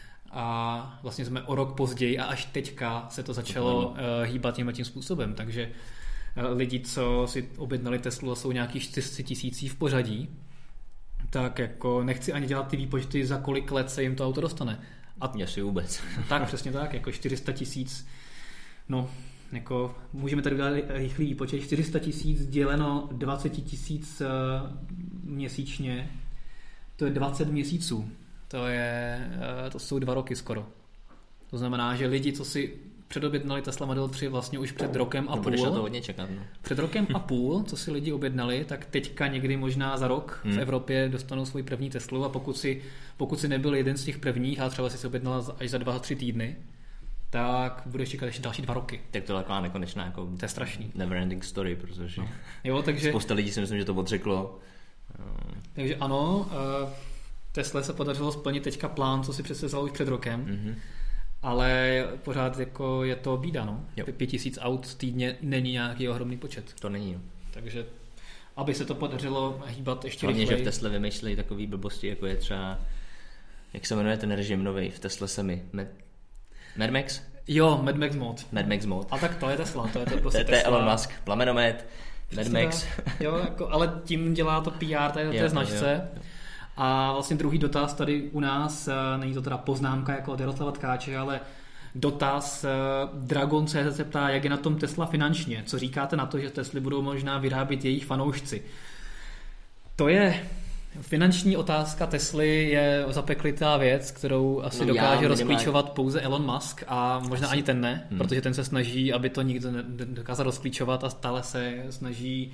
A vlastně jsme o rok později a až teďka se to začalo uh, hýbat tímhle tím způsobem. Takže uh, lidi, co si objednali Teslu, jsou nějakých čtyři tisící v pořadí, tak jako nechci ani dělat ty výpočty, za kolik let se jim to auto dostane. A jestli vůbec. Tak, přesně tak, jako čtyři sta tisíc. No, jako můžeme tady udělat rychlý výpočet. čtyři sta tisíc děleno dvacet tisíc uh, měsíčně, to je dvacet měsíců. To, je, to jsou dva roky skoro. To znamená, že lidi, co si předobjednali Tesla Model tři vlastně už před rokem a no, půl. To hodně čekat, no. Před rokem a půl, co si lidi objednali, tak teďka někdy možná za rok hmm. v Evropě dostanou svůj první Teslu a pokud si, pokud si nebyl jeden z těch prvních a třeba si se objednala až za dva, tři týdny, tak budeš čekat ještě další dva roky. Tak to je taková nekonečná jako to je strašný. Never ending story, protože no. Jo, takže... spousta lidí si myslím, že to odřeklo. Takže ano, uh, Tesla se podařilo splnit teďka plán, co si představil už před rokem, mm-hmm. ale pořád jako je to bída, no. Pět tisíc aut týdně není nějaký ohromný počet. To není, jo. Takže aby se to podařilo hýbat ještě hlavně, rychleji. Že v Tesle vymýšlejí takový blbosti, jako je třeba, jak se jmenuje ten režim novej v Tesla Semi? Mad, Mad Max? Jo, Mad Max mod. Mad Max mod. A tak to je Tesla, to je to prostě to je Elon Musk, plamenomet, Mad Max. Jo, jako, ale tím dělá to P R té, té značce. Jo, jo. A vlastně druhý dotaz tady u nás, není to teda poznámka jako od Jaroslava Tkáče, ale dotaz Dragon tečka cé zet se ptá, jak je na tom Tesla finančně. Co říkáte na to, že Tesly budou možná vyrábět jejich fanoušci? To je finanční otázka Tesly, je zapeklitá věc, kterou asi no, dokáže rozklíčovat pouze Elon Musk a možná asi. Ani ten ne, hmm. protože ten se snaží, aby to nikdo nedokázal rozklíčovat a stále se snaží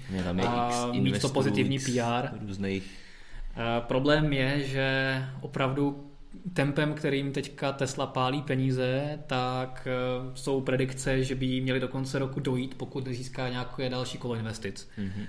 a mít to pozitivní P R. Různých. Uh, problém je, že opravdu tempem, kterým teďka Tesla pálí peníze, tak uh, jsou predikce, že by jí měly do konce roku dojít, pokud nezíská nějaké další kolo investic. Mm-hmm.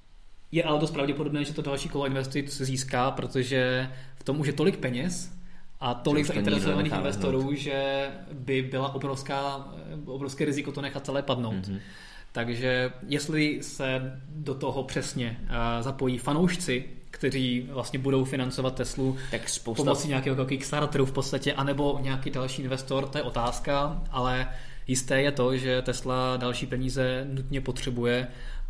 Je ale dost pravděpodobné, že to další kolo investic získá, protože v tom už je tolik peněz a tolik zainteresovaných investorů, že by byla obrovská, obrovské riziko to nechat celé padnout. Mm-hmm. Takže jestli se do toho přesně uh, zapojí fanoušci, kteří vlastně budou financovat Teslu tak spousta... pomocí nějakého Kickstarteru v podstatě, anebo nějaký další investor, to je otázka, ale jisté je to, že Tesla další peníze nutně potřebuje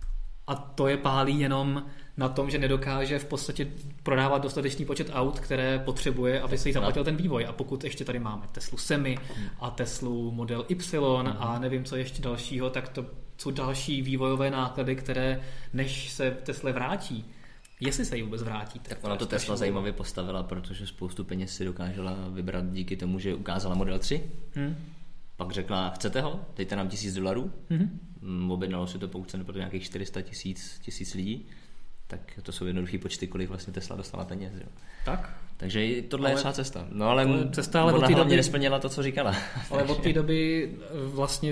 a to je pálí jenom na tom, že nedokáže v podstatě prodávat dostatečný počet aut, které potřebuje, aby se jí zaplatil ten vývoj. A pokud ještě tady máme Teslu Semi a Teslu Model Y a nevím, co ještě dalšího, tak to jsou další vývojové náklady, které než se Tesla vrátí, jestli se jí vůbec vrátí. Tak ona to Tesla zajímavě postavila, protože spoustu peněz si dokážela vybrat díky tomu, že ukázala Model tři. Hmm. Pak řekla, chcete ho? Dejte nám tisíc dolarů. Hmm. Objednalo si to po cenu pro nějakých čtyři sta tisíc, tisíc lidí. Tak to jsou jednoduchý počty, kolik vlastně Tesla dostala peněz. Jo. Tak. Takže tohle ale je třeba cesta. No ale cesta, ale ona hlavně doby nesplnila to, co říkala. Ale od té doby vlastně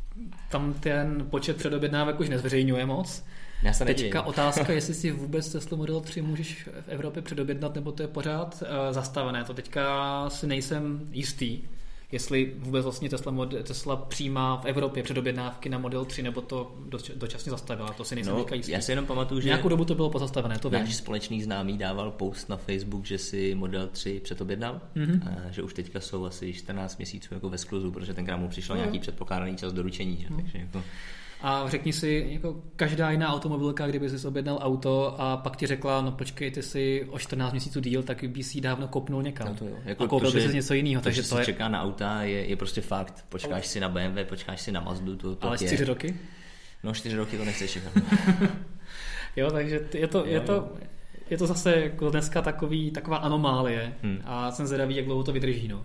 tam ten počet předobjednávek už nezveřejňuje moc. Já se Teďka nedivím. Otázka, jestli si vůbec Tesla Model tři můžeš v Evropě předobjednat, nebo to je pořád uh, zastavené. To teďka si nejsem jistý, jestli vůbec vlastně Tesla, mod, Tesla přijímá v Evropě předobjednávky na Model tři, nebo to dočasně zastavila. To si nejsem no, jistý. Já si jenom pamatuju, že nějakou dobu to bylo pozastavené. To náš vím. společný známý dával post na Facebook, že si Model tři předobjednal, mm-hmm. a že už teďka jsou asi čtrnáct měsíců jako ve skluzu, protože tenkrát mu přišel no. nějaký předpokládaný čas doručení. Že? No. Takže jako A řekni si, jako každá jiná automobilka, kdyby jsi objednal auto a pak ti řekla, no počkej, ty si o čtrnáct měsíců díl, tak by si ji dávno kopnul někam. No to jo. Jako a koupil by si něco jiného. To, takže že to se je... čeká na auta, je, je prostě fakt. Počkáš ale... si na bé em vé, počkáš si na Mazdu. To, to ale je... čtyři roky? No čtyři roky to nechceš čekat. Jo, takže je to, je to, je to zase jako dneska takový, taková anomálie hmm. a jsem zvědavý, jak dlouho to vydrží. No.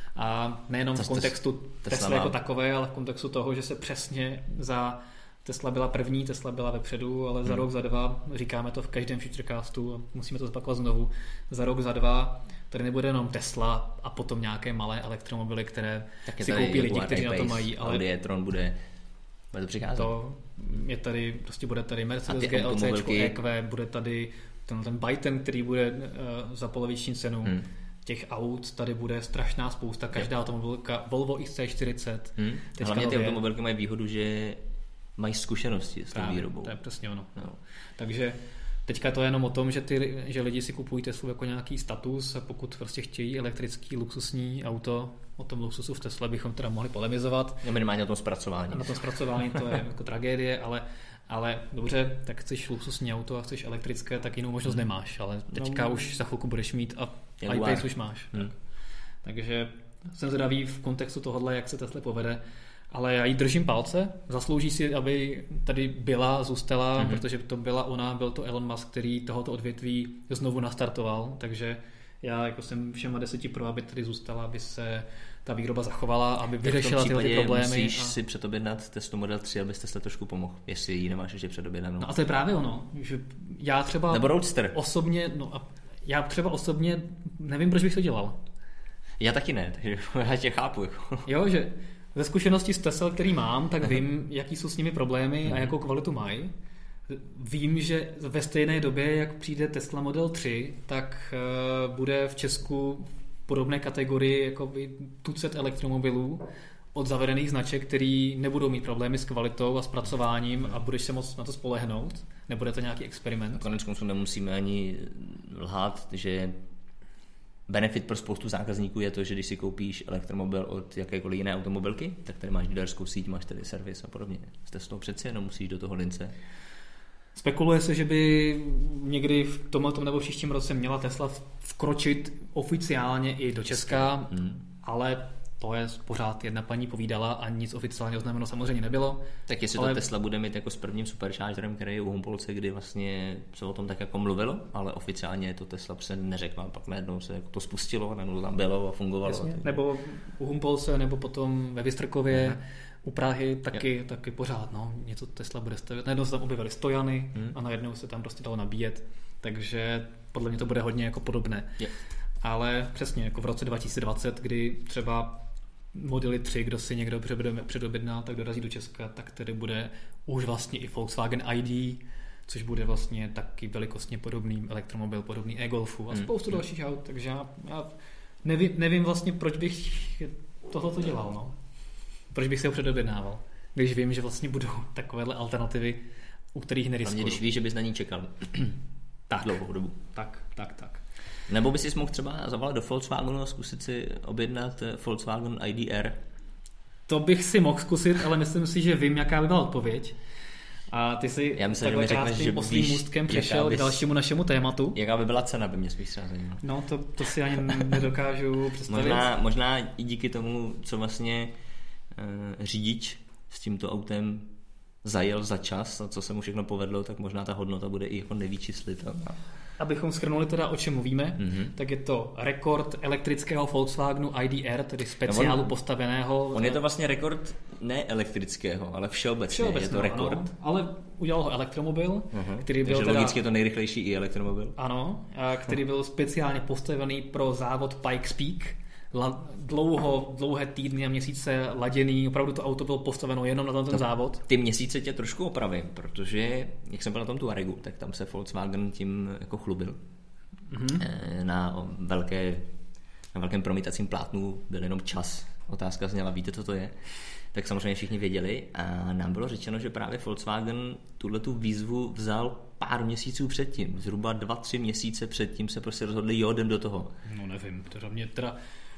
A nejenom to v kontextu Tesla, Tesla jako takové, ale v kontextu toho, že se přesně za Tesla byla první, Tesla byla vepředu, ale za hmm. rok, za dva, říkáme to v každém futurecastu a musíme to zopakovat znovu, za rok, za dva tady nebude jenom Tesla a potom nějaké malé elektromobily, které si koupí lidi, kteří na to mají. Ale Audi e-tron bude, bude to přicházet. To je tady, prostě bude tady Mercedes G L C, E Q, bude tady ten, ten Byton, který bude uh, za poloviční cenu. Hmm. Těch aut tady bude strašná spousta, každá automobilka, Volvo X C čtyřicet. Hmm. Hlavně ty automobilky mají výhodu, že mají zkušenosti s tou výrobou. To je přesně ono. No. Takže teďka to je jenom o tom, že, ty, že lidi si kupují Teslu jako nějaký status a pokud prostě chtějí elektrický luxusní auto, o tom luxusu v Tesle bychom teda mohli polemizovat. No minimálně o tom zpracování. Na tom zpracování to je jako tragédie, ale ale dobře, tak chceš luxusní auto a chceš elektrické, tak jinou možnost nemáš, ale teďka no, už za chvilku budeš mít a iPace už máš. Hmm. Tak. Takže jsem zvědavý v kontextu tohohle, jak se Tesla povede, ale já jí držím palce, zaslouží si, aby tady byla, zůstala, mm-hmm. protože to byla ona, byl to Elon Musk, který tohoto odvětví znovu nastartoval, takže já jako jsem všema deseti pro, aby tady zůstala, aby se ta výroba zachovala, aby vyřešila tyhle ty problémy. Musíš a... si předobjednat Tesla Model tři, abyste se trošku pomohl, jestli ji nemáš ještě předobjednanou. No a to je právě ono, že já třeba Nebo Roadster. osobně, no a já třeba osobně nevím, proč bych to dělal. Já taky ne, takže já tě chápu. Jako. Jo, že ze zkušenosti z Tesla, který mám, tak vím, jaký jsou s nimi problémy a jakou kvalitu mají. Vím, že ve stejné době, jak přijde Tesla Model tři, tak uh, bude v Česku v podobné kategorii jako tucet elektromobilů od zavedených značek, který nebudou mít problémy s kvalitou a zpracováním a budeš se moct na to spolehnout. Nebude to nějaký experiment. Konec konců nemusíme ani lhát, že benefit pro spoustu zákazníků je to, že když si koupíš elektromobil od jakékoliv jiné automobilky, tak tady máš dealerskou síť, máš tady servis a podobně. S Teslou přeci jenom musíš do toho lince. Spekuluje se, že by někdy v tomhle nebo příštím roce měla Tesla vkročit oficiálně i do Česka, hmm. ale to je pořád jedna paní povídala a nic oficiálně oznámeno samozřejmě nebylo. Tak jestli ale... to Tesla bude mít jako s prvním superchargerem, který je u Humpolce, kdy vlastně se o tom tak jako mluvilo, ale oficiálně to Tesla se neřekla, pak najednou se jako to spustilo, najednou tam bylo a fungovalo. Jasně. Nebo u Humpolce, nebo potom ve Vystrkově, Aha. u Prahy taky, taky pořád, no, něco Tesla bude stavět. Najednou se tam objevily stojany hmm. a najednou se tam prostě dalo nabíjet, takže podle mě to bude hodně jako podobné. Je. Ale přesně jako v roce dva tisíce dvacet, kdy třeba Modely tři, kdo si někdo předobjedná, tak dorazí do Česka, tak tedy bude už vlastně i Volkswagen I D, což bude vlastně taky velikostně podobný elektromobil, podobný e-Golfu a spoustu hmm. dalších aut, takže já, já nevím, nevím vlastně, proč bych tohleto dělal, no. Proč bych se ho předobjednával, když vím, že vlastně budou takovéhle alternativy, u kterých neriskuju. Hlavně když víš, že bys na ní čekal tak, dlouhou dobu. Tak, tak, tak. Nebo bys si mohl třeba zavolat do Volkswagenu a zkusit si objednat Volkswagen I D R? To bych si mohl zkusit, ale myslím si, že vím, jaká by byla odpověď. A ty si Já myslím, takhle krásným oslým můstkem přešel bys, k dalšímu našemu tématu. Jaká by byla cena, by mě spíš třeba zajímalo. No, to, to si ani nedokážu představit. Možná, možná i díky tomu, co vlastně uh, řidič s tímto autem zajel za čas a co se mu všechno povedlo, tak možná ta hodnota bude i jako nevyčíslitelná. Abychom shrnuli teda, o čem mluvíme, mm-hmm. tak je to rekord elektrického Volkswagenu I D R, tedy speciálu no on, postaveného. On je to vlastně rekord ne elektrického, ale všeobecně, všeobecně je to rekord. Ano, ale udělal ho elektromobil, uh-huh. který byl Takže teda... logicky je to nejrychlejší i elektromobil. Ano, a který byl speciálně postavený pro závod Pikes Peak. La, dlouho, dlouhé týdny a měsíce laděný, opravdu to auto bylo postaveno jenom na ten no, závod. Ty měsíce tě trošku opravím, protože jak jsem byl na tom Tuaregu, tak tam se Volkswagen tím jako chlubil. Mm-hmm. Na, velké, na velkém promítacím plátnu byl jenom čas. Otázka zněla, víte, co to je? Tak samozřejmě všichni věděli a nám bylo řečeno, že právě Volkswagen tuhletu výzvu vzal pár měsíců předtím. Zhruba dva, tři měsíce předtím se prostě rozhodli, jo, jdem do toho. No nevím, teda mě teda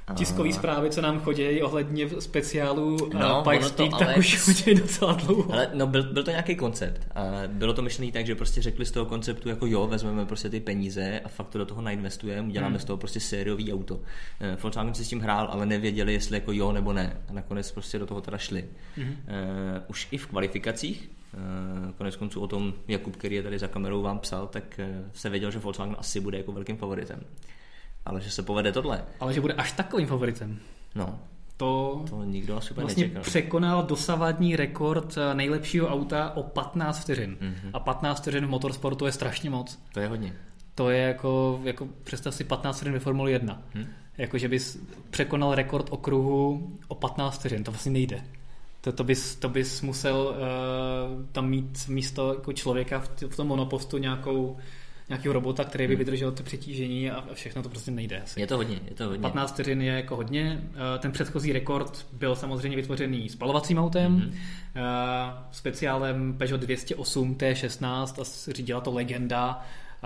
tiskový zprávy, co nám chodí ohledně speciálu no, uh, Pikes Peak, tak už chodí docela dlouho. Ale no, byl, byl to nějaký koncept a bylo to myšlený tak, že prostě řekli z toho konceptu jako jo, vezmeme prostě ty peníze a fakt to do toho nainvestujeme, uděláme hmm. z toho prostě sériový auto. Volkswagen si s tím hrál, ale nevěděli, jestli jako jo nebo ne. A nakonec prostě do toho teda šli. Hmm. Uh, už i v kvalifikacích, uh, konec konců o tom Jakub, který je tady za kamerou, vám psal, tak uh, se věděl, že Volkswagen asi bude jako velkým favoritem. Ale že se povede tohle. Ale že bude až takovým favoritem. No. To, to nikdo asi vlastně nečekal. Překonal dosavadní rekord nejlepšího auta o patnáct vteřin. Mm-hmm. A patnáct vteřin v motorsportu je strašně moc. To je hodně. To je jako, jako představ si patnáct vteřin ve Formuli jedna. Hmm? Jako, že bys překonal rekord okruhu o patnáct vteřin. To vlastně nejde. To, to, bys, to bys musel uh, tam mít místo jako člověka v, v tom monopostu nějakou nějakého robota, který by vydržel to přetížení a všechno to prostě nejde. Asi. Je to hodně, je to hodně. patnáct vteřin je jako hodně. Ten předchozí rekord byl samozřejmě vytvořený spalovacím autem, mm-hmm. speciálem Peugeot dvě stě osm T šestnáct a řídila to legenda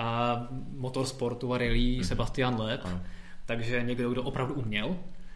motorsportu a rally mm-hmm. Sebastian Loeb. Ano. Takže někdo, kdo opravdu uměl.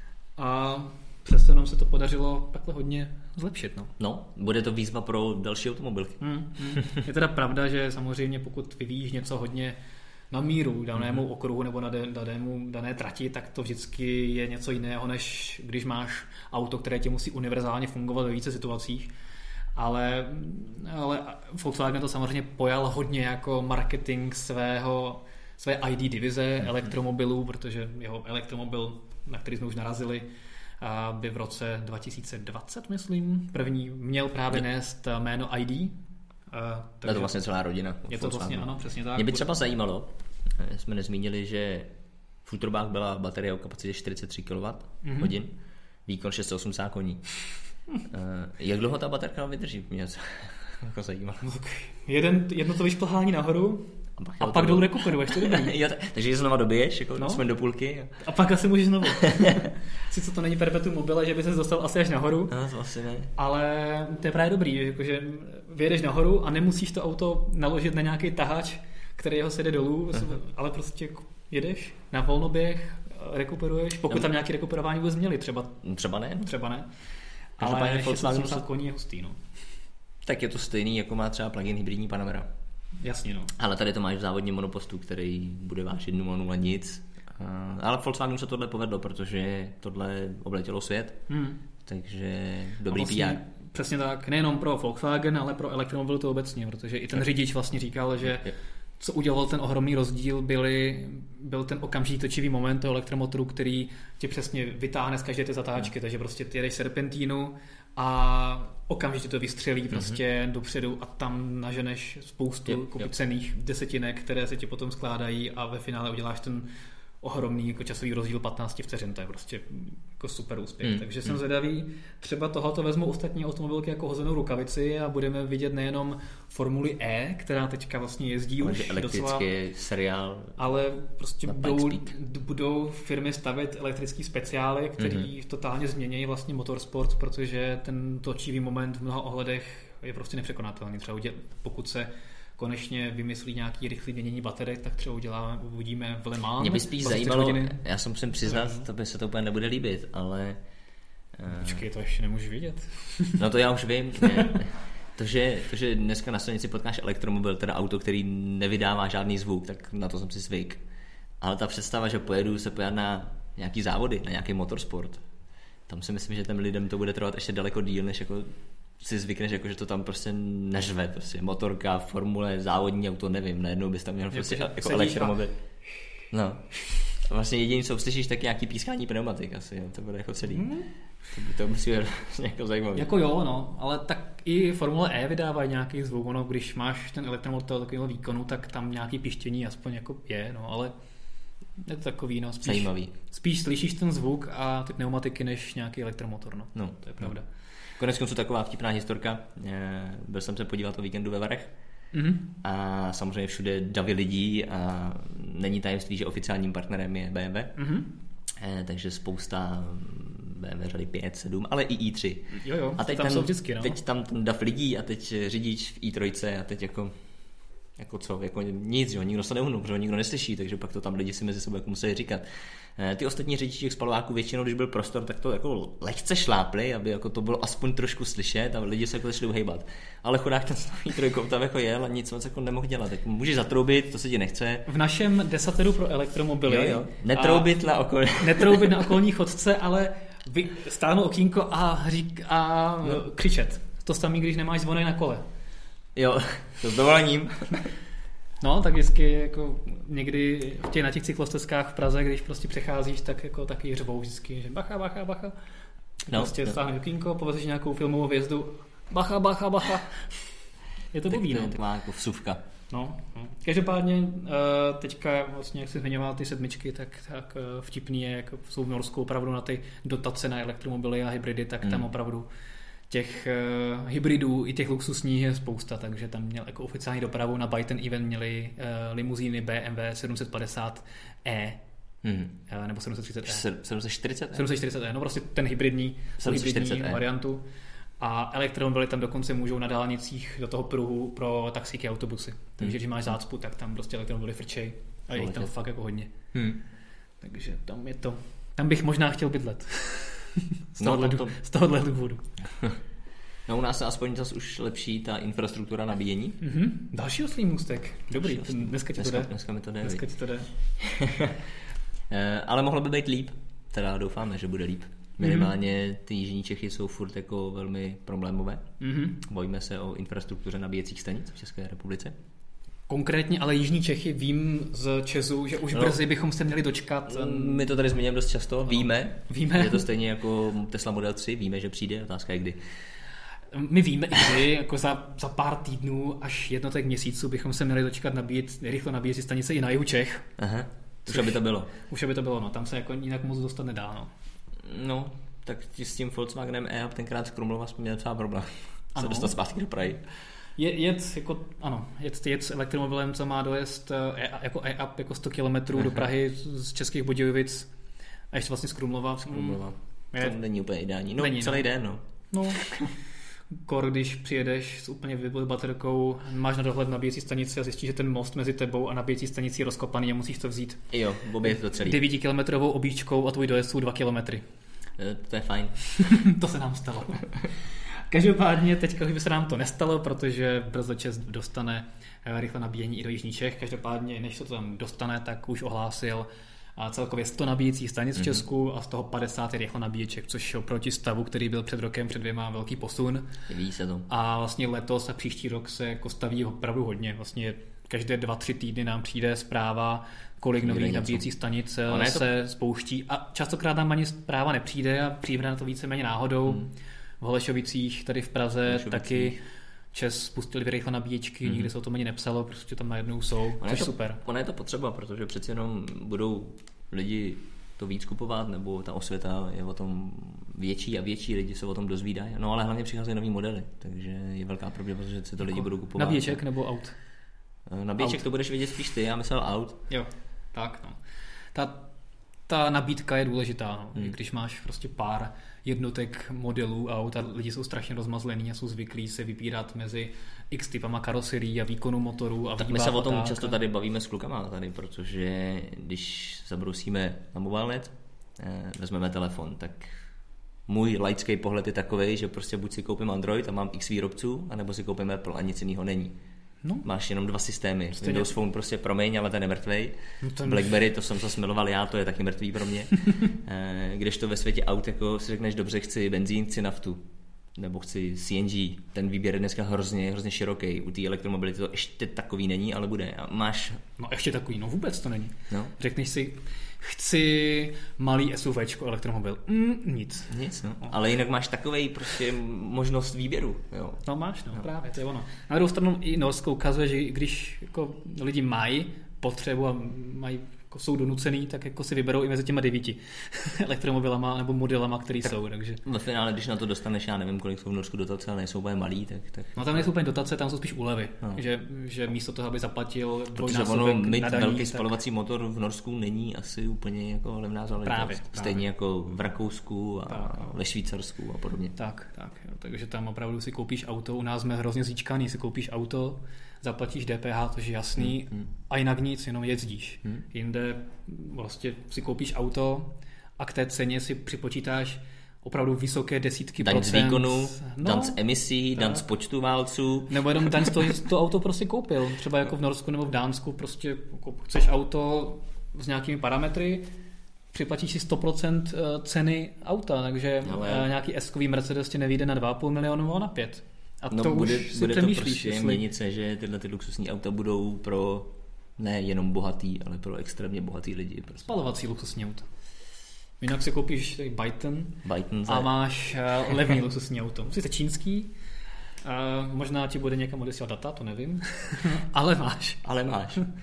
A přesto jenom se to podařilo takhle hodně zlepšit. No, no bude to výzva pro další automobilky. Hmm, hmm. Je teda pravda, že samozřejmě pokud vyvíjíš něco hodně na míru danému hmm. okruhu nebo na danému, dané trati, tak to vždycky je něco jiného, než když máš auto, které ti musí univerzálně fungovat ve více situacích. Ale, ale Volkswagen to samozřejmě pojal hodně jako marketing svého, své I D divize hmm. elektromobilů, protože jeho elektromobil, na který jsme už narazili, by v roce dva tisíce dvacet, myslím, první měl právě nést jméno I D. Uh, je to vlastně celá rodina. Je to vlastně, ano, přesně tak. Mě by třeba zajímalo, jsme nezmínili, že v Ultrabách byla baterie o kapacitě čtyřicet tři kilowattů hodin, mm-hmm. výkon šest set osmdesát koní. uh, jak dlouho ta baterka vydrží? Mě jako zajímalo. Jeden, jedno to vyšplhání nahoru, a pak, a pak dolů rekuperuješ, to dobrý. Jo, takže ji znova dobiješ, jako no. jsme do půlky. A pak asi můžeš znovu. Sice to není perpetuum mobile, že by ses dostal asi až nahoru. No, to asi ne. Ale to je právě dobrý, jakože vyjedeš nahoru a nemusíš to auto naložit na nějaký tahač, který ho sede dolů, uh-huh. ale prostě jedeš na volnoběh, rekuperuješ, pokud no. tam nějaké rekuperování vůbec měli, třeba. Třeba ne. Třeba ne. Ale šest set osmdesát koní je hustý, no. Tak je to stejný, jako má třeba plug-in hybridní Panamera. Jasně, no. Ale tady to máš v závodním monopostu, který bude vážit nula nula nic. Ale Volkswagenu se tohle povedlo, protože tohle obletělo svět. Hmm. Takže dobrý vlastně, P R. Přesně tak, nejenom pro Volkswagen, ale pro elektromobil to obecně, protože i ten řidič vlastně říkal, že co udělal ten ohromný rozdíl, byly, byl ten okamžitý točivý moment toho elektromotoru, který tě přesně vytáhne z každé té zatáčky, hmm. takže prostě ty jedeš serpentínu a okamžitě to vystřelí prostě mm-hmm. dopředu a tam naženeš spoustu yep, yep. cenných desetinek, které se ti potom skládají a ve finále uděláš ten ohromný jako časový rozdíl patnáct vteřin, to je prostě jako super úspěch. Mm. Takže mm. jsem zvědavý, třeba tohoto vezmu ostatní automobilky jako hozenou rukavici a budeme vidět nejenom Formuli E, která teďka vlastně jezdí ale už elektrický docela, seriál, ale prostě budou, budou firmy stavět elektrický speciály, který mm-hmm. totálně změní vlastně motorsport, protože ten točivý moment v mnoha ohledech je prostě nepřekonatelný. Třeba pokud se konečně vymyslí nějaký rychlý měnění baterek, tak třeba uděláme, uvidíme v Le Mans. Mě by spíš zajímalo, hodiny. Já jsem musím přiznat, to by se to úplně nebude líbit, ale... Počkej, to ještě nemůžu vidět. No to já už vím. Ne. To, že, to, že dneska na stanici potkáš elektromobil, teda auto, který nevydává žádný zvuk, tak na to jsem si zvyk. Ale ta představa, že pojedu se pojet na nějaký závody, na nějaký motorsport, tam si myslím, že těm lidem to bude trvat ještě daleko díl, než jako si zvykneš, jako, že to tam prostě nežve, prostě motorka, formule, závodní auto, nevím, najednou bys tam měl prostě jako, jako elektromobil. No. A vlastně jediný, co uslyšíš, tak nějaký pískání pneumatik asi, jo. To bude jako celý. Hmm. To by to musí být jako zajímavé. Jako jo, no, ale tak i Formule E vydávají nějaký zvuk, ono, když máš ten elektromotor takového výkonu, tak tam nějaký pištění aspoň jako je, no, ale je to takový, no, spíš, zajímavý. Spíš slyšíš ten zvuk a ty pneumatiky, než nějaký elektromotor, no. No, to je pravda. No. Konec konců taková vtipná historka. Byl jsem se podívat o víkendu ve Varech mm-hmm. a samozřejmě všude davy lidí a není tajemství, že oficiálním partnerem je B M W. Mm-hmm. Takže spousta B M W řady pět, sedm, ale i i tři. Jo, jo, a teď tam ten, jsou vždycky, no. Teď tam ten dav lidí a teď řidič v i tři a teď jako Jako co, jako nic, jo, nikdo se neuhnul, protože nikdo neslyší, takže pak to tam lidi si mezi sebou jako museli říkat. Ty ostatní řidiči těch spalováků většinou, když byl prostor, tak to jako lehce šlápli, aby jako to bylo aspoň trošku slyšet a lidi se jako začali uhejbat. Ale chudák ten slavný trojkou tam jako jel a nic moc jako nemohl dělat. Tak můžeš zatroubit, to se ti nechce. V našem desateru pro elektromobily. Jo, jo. Netroubit na okolí. Netroubit na okolní chodce, ale vy, stáhnout okýnko a, řík, a no. křičet. To samý, když nemáš zvonek na kole. Jo, to s dovolením. No, tak vždycky jako někdy v těch, na těch cyklostezkách v Praze, když prostě přecházíš, tak jako taky řvou vždycky, že bacha, bacha, bacha. No, prostě no. Stáhneš okýnko, povezeš nějakou filmovou hvězdu, bacha, bacha, bacha. Je to blbý, no. Tak má jako vsuvka. No, no. Každopádně teďka vlastně, jak jsi zmiňoval ty sedmičky, tak, tak vtipný je, jako jsou v Norsku opravdu na ty dotace na elektromobily a hybridy, tak mm. tam opravdu těch uh, hybridů i těch luxusních je spousta, takže tam měl jako oficiální dopravu na Byton Event měli uh, limuzíny B M W sedm set padesát E hmm. uh, nebo sedm set třicet E. sedm set čtyřicet E? sedm set čtyřicet E, no prostě ten hybridní, hybridní variantu. A elektromobily tam dokonce můžou na dálnicích do toho pruhu pro taxíky a autobusy. Takže hmm. když máš zácpu, tak tam prostě elektromobily frčej a je jich tam fakt jako hodně. Hmm. Takže tam je to. Tam bych možná chtěl bydlet. Z tohohle, no, to... z tohohle důvodu. No u nás je aspoň zase už lepší ta infrastruktura nabíjení. Mm-hmm. Další oslý můstek. Dobrý, oslý. Dneska ti to dneska, jde. Dneska mi to jde. Dneska ti to jde. Ale mohlo by být líp. Teda doufáme, že bude líp. Minimálně ty jižní Čechy jsou furt jako velmi problémové. Mm-hmm. Bojíme se o infrastruktuře nabíjecích stanic v České republice. Konkrétně ale jižní Čechy vím z Česu, že už no, brzy bychom se měli dočkat. My to tady zmiňujeme dost často, víme. Víme. Je to stejně jako Tesla Model tři, víme, že přijde, otázka je kdy. My víme i kdy, jako za, za pár týdnů až jednotek měsíců bychom se měli dočkat nabíjet, rychle nabíjecí stanice i na jihu Čech. Aha, už aby to bylo. Už aby to bylo, no, tam se jako jinak moc dostat nedá, no. No, tak s tím Volkswagenem E-Up tenkrát z Krumlova jsme měli třeba problém. Se dostat zpátky do Prahy. Je, jet, jako, ano, jet, jet s elektromobilem, co má dojezd e, jako E-Up jako sto kilometrů uh-huh. do Prahy z Českých Budějovic a ještě vlastně z Krumlova. Z Krumlova. Je, to není úplně ideální. No, není, celý no. den, no. No, kor, když přijedeš s úplně vybitou baterkou, máš na dohled nabíjecí stanici a zjistíš, že ten most mezi tebou a nabíjecí stanicí je rozkopaný a musíš to vzít. Jo, obět to celý. devítikilometrovou objíčkou a tvůj dojezd jsou dva kilometry. E, to je fajn. To se nám stalo. Každopádně teďka by se nám to nestalo, protože brzo Čes dostane rychle nabíjení i do jižních Čech. Každopádně, než se to tam dostane, tak už ohlásil celkově sto nabíjecích stanic v Česku mm-hmm. a z toho padesát rychle nabíječek, což je oproti stavu, který byl před rokem, před dvěma velký posun. Ví se to. A vlastně letos a příští rok se jako staví opravdu hodně. Vlastně každé dva, tři týdny nám přijde zpráva, kolik nových nabíjecích stanic se to... spouští. A častokrát nám ani zpráva nepřijde a přijde na to víceméně náhodou. Mm. V Holešovicích, tady v Praze taky Čes spustili rychle nabíječky, mm. nikdy se o tom ani nepsalo, prostě tam najednou jsou, ono což je to, super. Ono je to potřeba, protože přeci jenom budou lidi to víc kupovat, nebo ta osvěta je o tom větší a větší, lidi se o tom dozvídají. No ale hlavně přicházejí nový modely, takže je velká pravděpodobnost, že se to lidi budou kupovat. Nabíječek nebo aut? Nabíječek aut. To budeš vidět spíš ty, já myslel aut. Jo, tak no. Ta, ta nabídka je důležitá, no. Hmm. Když máš prostě pár jednotek modelů aut a lidi jsou strašně rozmazlení a jsou zvyklí se vybírat mezi x typama karoserií a výkonu motorů a tak my se o tom často tady bavíme s klukama tady, protože když zabrousíme na mobilnet, vezmeme telefon, tak můj laický pohled je takovej, že prostě buď si koupím Android a mám x výrobců, anebo si koupím Apple a nic jiného není. No. Máš jenom dva systémy. Stejně. Windows Phone prostě promiň, ale ten je mrtvej. No ten... BlackBerry, to jsem zase miloval já, to je taky mrtvý pro mě. Když to ve světě aut, jako si řekneš, dobře, chci benzín, chci naftu, nebo chci C N G, ten výběr je dneska hrozně, hrozně široký. U té elektromobility to ještě takový není, ale bude. A máš... No ještě takový, no vůbec to není. No. Řekneš si, chci malý SUVčko, elektromobil. Mm, nic. Nic, no. Ale jinak máš takovej prostě možnost výběru. Jo. No máš, no, no, právě, to je ono. Na druhou stranu i Norsko ukazuje, že když jako lidi mají potřebu a mají, jako jsou donucený, tak jako si vyberou i mezi těma devíti elektromobilama nebo modelama, který tak jsou. Takže... Ve finále, když na to dostaneš, já nevím, kolik jsou v Norsku dotace, ale nejsou úplně malý, tak, tak... No tam nejsou úplně dotace, tam jsou spíš úlevy. No. Že, že místo toho, aby zaplatil dvojnásobek na daní, velký tak... spalovací motor v Norsku není asi úplně jako levná záležitost. Právě, Stejně právě. jako v Rakousku a tak, no. ve Švýcarsku a podobně. Tak, tak. Jo. Takže tam opravdu si koupíš auto, u nás jsme hrozně zíčkaný, si koupíš auto zaplatíš D P H, to je jasný, hmm. a jinak nic, jenom jezdíš. Hmm. Jinde vlastně si koupíš auto a k té ceně si připočítáš opravdu vysoké desítky daň procent. Daň z výkonu, no, daň z emisí, daň z počtu válců. Nebo jenom daň z toho, že to auto prostě koupil. Třeba jako v Norsku nebo v Dánsku prostě chceš auto s nějakými parametry, připlatíš si sto procent ceny auta, takže ale... nějaký S-kový Mercedes tě nevyjde na dva a půl milionu, ale na pět. A no to bude, už si bude přemýšlíš. To prostě jestli... měnit se, že tyhle ty luxusní auta budou pro ne jenom bohatý, ale pro extrémně bohatý lidi. Prostě. Spalovací luxusní auto. Jinak si koupíš Byton Byton a máš uh, levný luxusní auto. Sice čínský, uh, možná ti bude někam odesílat data, to nevím, ale máš. Ale máš. Uh,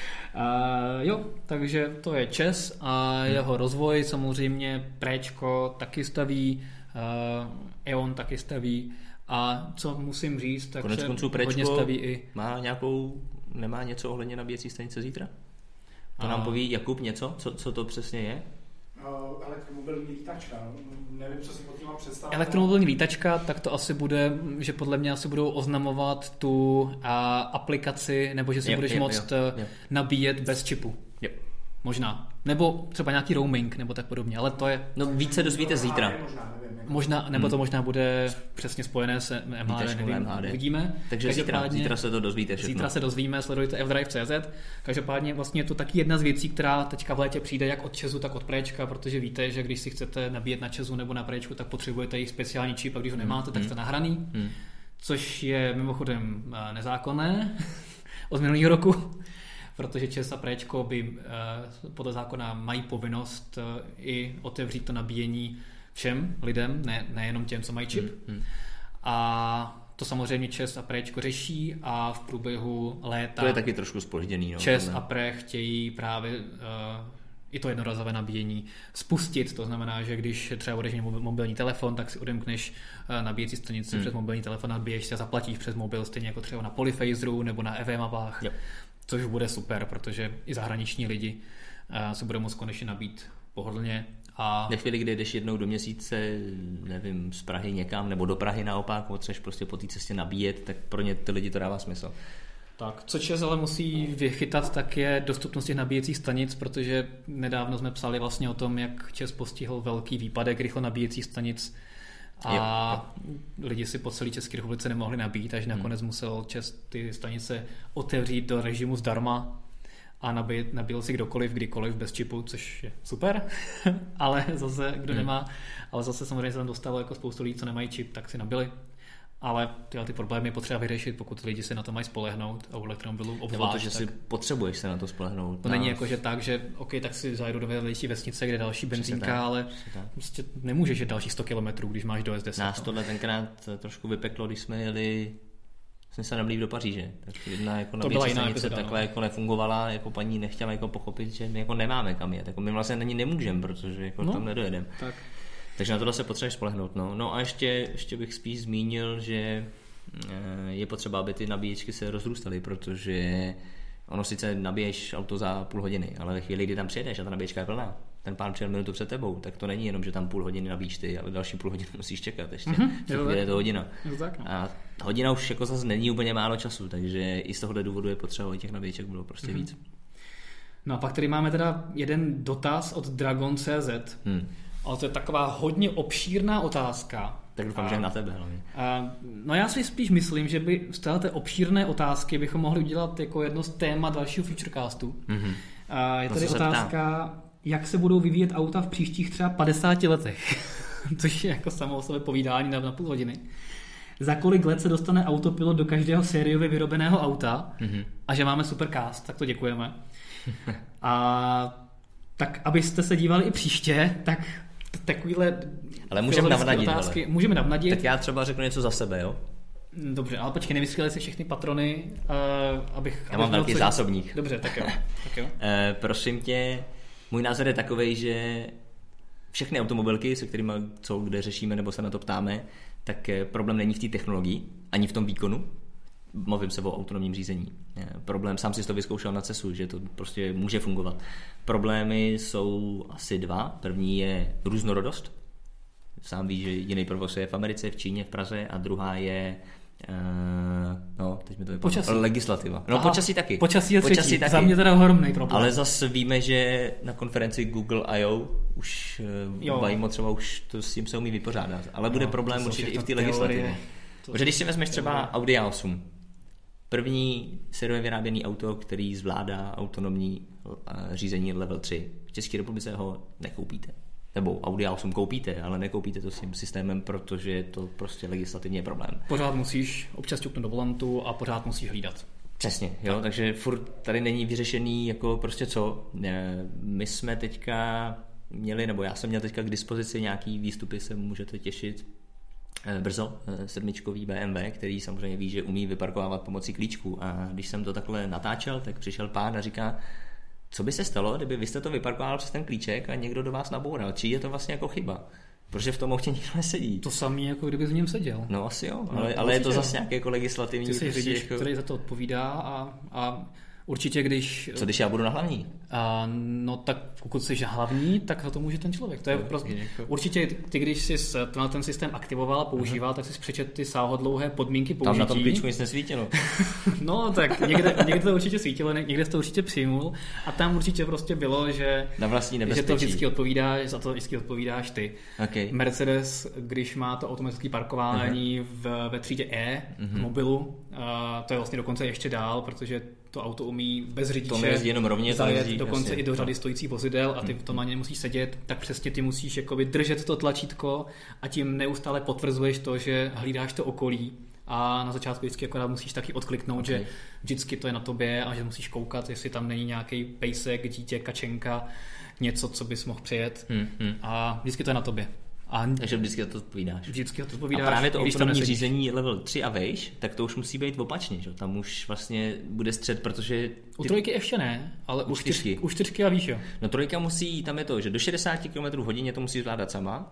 jo, takže to je ČEZ a hmm. jeho rozvoj, samozřejmě Préčko taky staví, uh, E.ON taky staví a co musím říct, tak konec se konců hodně staví i... má nějakou, nemá něco ohledně nabíjecí stanice zítra? To a... nám poví Jakub něco, co, co to přesně je? Elektromobilní lítačka, nevím, co si pod tím mám představit. Elektromobilní lítačka, tak to asi bude, že podle mě asi budou oznamovat tu a, aplikaci, nebo že si jo, budeš jo, moct jo, jo. nabíjet bez čipu. Jo. Možná. Nebo třeba nějaký roaming, nebo tak podobně, ale to je... No více dozvíte zítra. Možná, nevím, jako... možná, nebo hmm. to možná bude přesně spojené se M H D, nevím, M H D. Uvidíme. Takže zítra, zítra se to dozvíte všechno. Zítra se dozvíme, sledujte f drive tečka cé zet. Každopádně vlastně je to taky jedna z věcí, která teďka v létě přijde jak od ČEZu, tak od Préčka, protože víte, že když si chcete nabíjet na ČEZu nebo na Préčku, tak potřebujete jejich speciální čip a když ho nemáte, tak jste hmm. nahraný. Hmm. Což je mimochodem nezákonné od minulého roku. Protože ČEZ a Préčko by podle zákona mají povinnost i otevřít to nabíjení všem lidem, ne, nejenom těm, co mají čip. Hmm, hmm. A to samozřejmě ČEZ a Préčko řeší a v průběhu léta... To je taky trošku zpožděný. No, ČEZ a Pré chtějí právě uh, i to jednorazové nabíjení spustit. To znamená, že když třeba budeš mít mobilní telefon, tak si odemkneš uh, nabíjecí stanici hmm. přes mobilní telefon, nabíješ se a zaplatíš přes mobil, stejně jako třeba na Polyphaseru nebo na E V mapách. Jo. Což bude super, protože i zahraniční lidi uh, se budou moct konečně nabít pohodlně. A... Ve chvíli, kdy jdeš jednou do měsíce, nevím, z Prahy někam, nebo do Prahy naopak, potřebuješ prostě po té cestě nabíjet, tak pro ně ty lidi to dává smysl. Tak, co ČEZ ale musí vychytat, tak je dostupnost těch nabíjecích stanic, protože nedávno jsme psali vlastně o tom, jak ČEZ postihl velký výpadek rychlo nabíjecích stanic a jo, jo. lidi si po celé České republice nemohli nabít, až nakonec hmm. musel ČEZ ty stanice otevřít do režimu zdarma a nabít, nabil si kdokoliv, kdykoliv bez čipu, což je super, ale zase kdo hmm. nemá, ale zase samozřejmě se tam dostalo jako spoustu lidí, co nemají čip, tak si nabili. Ale tyhle ty problémy je potřeba vyřešit, pokud lidi se na to mají spolehnout a u elektromobilů obzvlášť. Nebo to, že si potřebuješ se na to spolehnout. To na... není jako, že tak, že ok, tak si zajedu do vedlejší vesnice, kde je další benzínka, ale prostě nemůžeš jít další sto kilometrů, když máš dojezd deset. Nás tohle tenkrát trošku vypeklo, když jsme jeli jsme se nebyli do Paříže. Tak jedna jako nabíjecí stanice takhle jako nefungovala, jako paní nechtěla jako pochopit, že my jako nemáme kam jet. Jako my vlastně na ní nemůžeme, protože jako no, tam nedojedeme. Tak. Takže na tohle se potřebuješ spolehnout. No, no a ještě, ještě bych spíš zmínil, že je potřeba, aby ty nabíječky se rozrůstaly, protože ono sice nabiješ auto za půl hodiny, ale ve chvíli, kdy tam přijedeš a ta nabíječka je plná, ten pán přijel minutu před tebou, tak to není jenom, že tam půl hodiny nabíjíš ty, ale další půl hodiny musíš čekat ještě. Mm-hmm, je to hodina. Je to tak, no. A hodina už jako zase není úplně málo času, takže i z tohohle důvodu je potřeba, aby těch nabíječek bylo prostě mm-hmm. víc. No a pak tady máme teda jeden dotaz od Dragon tečka cé zet. Hmm. Ale to je taková hodně obšírná otázka. Tak doufám, že na tebe hlavně. A, no já si spíš myslím, že by z této obšírné otázky bychom mohli udělat jako jedno z témat dalšího Futurecastu. Mm-hmm. A je tady otázka, jak se budou vyvíjet auta v příštích třeba padesáti letech. Což je jako samo o sobě povídání na, na půl hodiny. Za kolik let se dostane autopilot do každého sériově vyrobeného auta mm-hmm. a že máme supercast, tak to děkujeme. A tak abyste se dívali i příště, tak takovýhle ale můžeme navnadit, otázky můžeme navnadit. Tak já třeba řeknu něco za sebe, jo? Dobře, ale počkej, nevysvětlili si všechny patrony, uh, abych... Já abych mám velký co... zásobník. Dobře, tak jo. Tak jo. uh, prosím tě, můj názor je takovej, že všechny automobilky, se kterými co kde řešíme nebo se na to ptáme, tak problém není v té technologii, ani v tom výkonu. Mluvím se o autonomním řízení. Problém, sám si to vyzkoušel na cesu, že to prostě může fungovat. Problémy jsou asi dva. První je různorodost. Sám víš, že jiný provoz je v Americe, v Číně, v Praze a druhá je Uh, no, teď mi to vypadá. Počasí. Legislativa. No, Aha, počasí taky. Počasí je třetí. Počasí taky. Za mě teda ohromný problém. Ale zase víme, že na konferenci Google I O už Waymo třeba už to s tím se umí vypořádat. Ale bude no, problém určitě i v té legislativě. Protože když si vezmeš třeba Audi A osm, první sériově vyráběný auto, který zvládá autonomní řízení level tři. V České republice ho nekoupíte. Nebo Audi A osm koupíte, ale nekoupíte to s tím systémem, protože je to prostě legislativně problém. Pořád musíš občas ťuknout do volantu a pořád musíš hlídat. Přesně, jo, tak. Takže furt tady není vyřešený jako prostě co. My jsme teďka měli, nebo já jsem měl teďka k dispozici nějaký výstupy, se můžete těšit brzo, sedmičkový B M W, který samozřejmě ví, že umí vyparkovávat pomocí klíčků. A když jsem to takhle natáčel, tak přišel pán a říká, co by se stalo, kdyby vy jste to vyparkoval přes ten klíček a někdo do vás naboural? Či je to vlastně jako chyba? Protože v tom autě nikdo nesedí. To samé, jako kdyby v něm seděl. No asi jo, ale, no, ale je to zase nějaké jako legislativní. Ty jsi prostě řidič, jako... který za to odpovídá a, a určitě když... Co když já budu na hlavní? A, no tak pokud jsi hlavní, tak za to může ten člověk. To je prostě, jako... Určitě ty, když jsi tenhle ten systém aktivoval a používal, uh-huh. tak jsi přečet ty sáhodlouhé podmínky použití. Tam na tom klíčku nic nesvítilo. No tak někde, někde to určitě svítilo, někde jsi to určitě přijmul a tam určitě prostě bylo, že, na vlastní nebezpečí. Že to vždycky odpovídá, že za to vždycky odpovídáš ty. Okay. Mercedes, když má to automatické parkování uh-huh. v, ve třídě E uh-huh. v mobilu, uh, to je vlastně dokonce ještě dál, protože to auto umí bez řidiče jenom rovně zajet jezdí, dokonce jasně, i do řady stojících vozidel a ty v tom ani nemusíš sedět, tak přesně ty musíš jakoby držet to tlačítko a tím neustále potvrzuješ to, že hlídáš to okolí a na začátku vždycky akorát musíš taky odkliknout, okay. že vždycky to je na tobě a že musíš koukat, jestli tam není nějaký pejsek, dítě, kačenka, něco, co bys mohl přejet hmm, hmm. a vždycky to je na tobě. A takže vždycky to odpovídáš. Vždycky to odpovídáš. A právě to autonomní řízení level tři a vejš, tak to už musí být opačně, že? Tam už vlastně bude střed, protože... Ty... U trojky ještě ne, ale u čtyřky. U čtyřky a víš, jo. No trojka musí, tam je to, že do šedesát kilometrů hodině to musí zvládat sama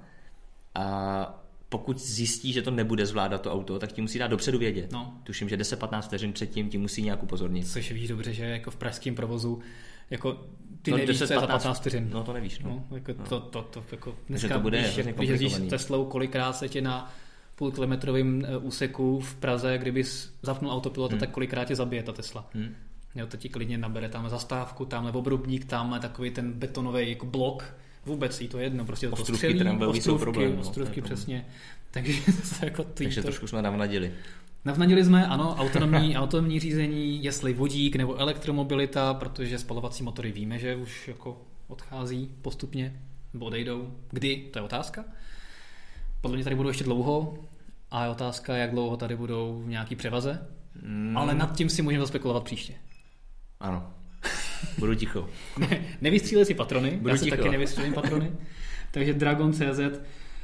a pokud zjistí, že to nebude zvládat to auto, tak ti musí dát dopředu vědět. No. Tuším, že deset patnáct vteřin předtím ti musí nějak upozornit. Což víš dobře, že jako v pražském provozu jako ty no, nevíš, co je za patnáct vteřin. No to nevíš. No. No, jako no. To, to, to, jako dneska to bude víš, jak jezdíš s Teslou, kolikrát se tě na půlkilometrovém úseku v Praze, kdybys zapnul autopilota, hmm. tak kolikrát tě zabije ta Tesla. Hmm. Jo, to ti klidně nabere tam zastávku, tamhle obrubník, tamhle takový ten betonový jako blok. Vůbec jí to jedno, prostě to střelí, ostrůvky, ostrůvky přesně. Takže to jako Takže to... trošku jsme navnadili. Navnadili jsme, ano, autonomní, autonomní řízení, jestli vodík nebo elektromobilita, protože spalovací motory víme, že už jako odchází postupně, nebo odejdou. Kdy? To je otázka. Podle mě tady budou ještě dlouho a je otázka, jak dlouho tady budou v nějaký převaze, mm. ale nad tím si můžeme zaspekulovat příště. Ano. Budu ticho. Ne, nevystřílej si patrony, Budu já si ticho. Taky nevystřílím patrony, takže Dragon tečka cé zet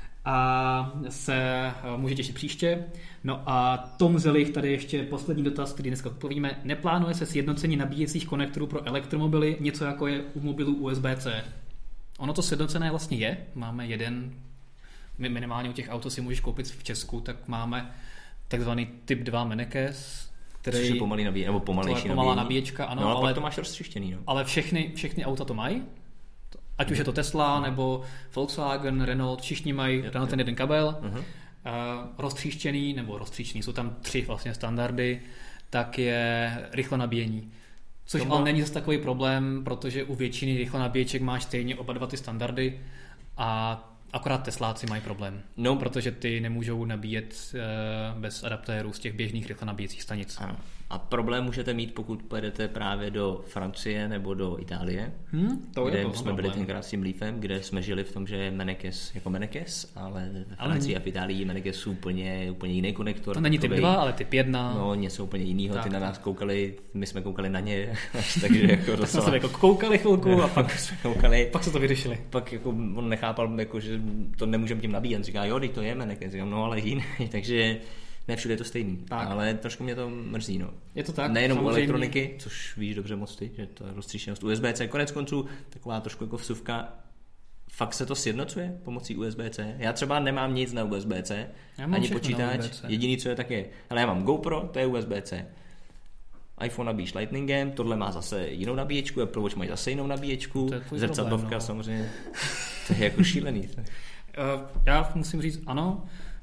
a se může těšit příště. No a Tom Zelich, tady ještě poslední dotaz, který dneska odpovíme. Neplánuje se sjednocení nabíjecích konektorů pro elektromobily, něco jako je u mobilů U S B C? Ono to sjednocené vlastně je, máme jeden, minimálně u těch aut si můžeš koupit v Česku, tak máme takzvaný typ dva Mennekes, který Což je pomalý nabíje, nebo pomalejší pomalá nabíječka, ano, no, ale, ale to máš roztříštěný. No. Ale všechny, všechny auta to mají, ať už je to Tesla, nebo Volkswagen, Renault, všichni mají tenhle ten jeden kabel, uh-huh. uh, roztříštěný, nebo roztříštěný, jsou tam tři vlastně standardy, tak je rychle nabíjení. Což má... ale není zase takový problém, protože u většiny rychle nabíječek máš stejně oba dva ty standardy a akorát Tesláci mají problém, no, protože ty nemůžou nabíjet uh, bez adaptérů z těch běžných rychle nabíjecích stanic. Ano. A problém můžete mít, pokud pojedete právě do Francie nebo do Itálie, hmm, to kde je jsme problém. byli tenkrát s tím Leafem, kde jsme žili v tom, že je Mennekes jako Mennekes, ale v Francii a v Itálii Mennekes úplně, úplně jiný konektor. To není typ dva, ale typ jedna. No, něco úplně jiného, ty na nás koukali, my jsme koukali na ně, takže jako docela... jsme se jako koukali chvilku a pak, jsme koukali, pak se to vyřešili. Pak jako on nechápal, jako, že to nemůžeme tím nabíjet, říká, jo, to je Mennekes, říkám, no ale jiný, takže... Ne všude je to stejný, tak. Ale trošku mě to mrzí. No. Je to tak. Nejenom u elektroniky, což víš dobře moc ty, že to je roztříštěnost U S B C. Konec konců taková trošku jako vsuvka. Fakt se to sjednocuje pomocí U S B C? Já třeba nemám nic na U S B C, ani počítač. Jediný, co je, tak je. Ale já mám GoPro, to je U S B C. iPhone nabíjíš Lightningem, tohle má zase jinou nabíječku, Apple Watch mají zase jinou nabíječku. Zrcadlovka no. Samozřejmě. To je jako šílený. Já musím říct ano.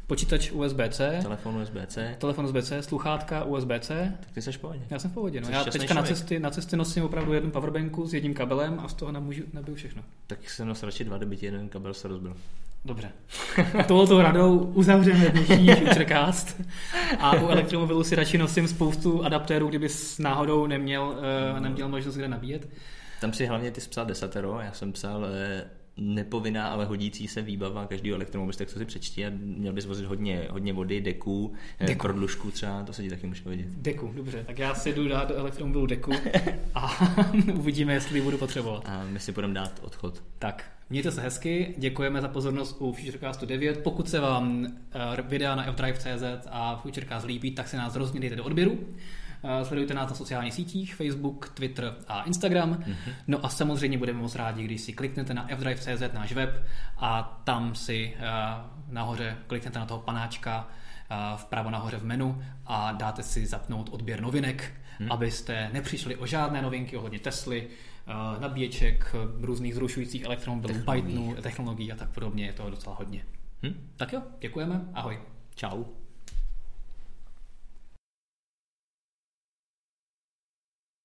počítač U S B C, telefon U S B C, telefon U S B C, sluchátka U S B C. Tak ty jsi v pohodě. Já jsem v pohodě. No. Já teďka na cesty, na cesty nosím opravdu jednu powerbanku s jedním kabelem a z toho namůžu, nabiju všechno. Tak jsem nos radši dva, kdyby ti jeden kabel se rozbil. Dobře. A tohoto radou uzavřeme dnešní Futurecast. A u elektromobilu si radši nosím spoustu adaptérů, kdyby náhodou neměl, uh, neměl možnost kde nabíjet. Tam si hlavně ty jsi psal desatero, já jsem psal eh, nepovinná, ale hodící se výbava každého elektromobilu, tak co si přečti a měl bys vozit hodně, hodně vody, deku, deku. Prodlužku třeba, to se ti taky může hodit. Deku, dobře, tak já si jdu dát do elektromobilu deku a uvidíme, jestli budu potřebovat. A my si budeme dát odchod. Tak, mějte se hezky, děkujeme za pozornost u Futurecastu devět. Pokud se vám videa na f drive tečka cé zet a Futurecast líbí, tak se nás rozhodně dejte do odběru. Sledujte nás na sociálních sítích, Facebook, Twitter a Instagram. Mm-hmm. No a samozřejmě budeme moc rádi, když si kliknete na f drive tečka cé zet, náš web, a tam si uh, nahoře kliknete na toho panáčka uh, vpravo nahoře v menu a dáte si zapnout odběr novinek, mm. abyste nepřišli o žádné novinky ohledně Tesly, uh, nabíječek, různých zrušujících elektromobilů, Pythonu, technologií a tak podobně. Je toho docela hodně. Mm. Tak jo, děkujeme, ahoj. Čau.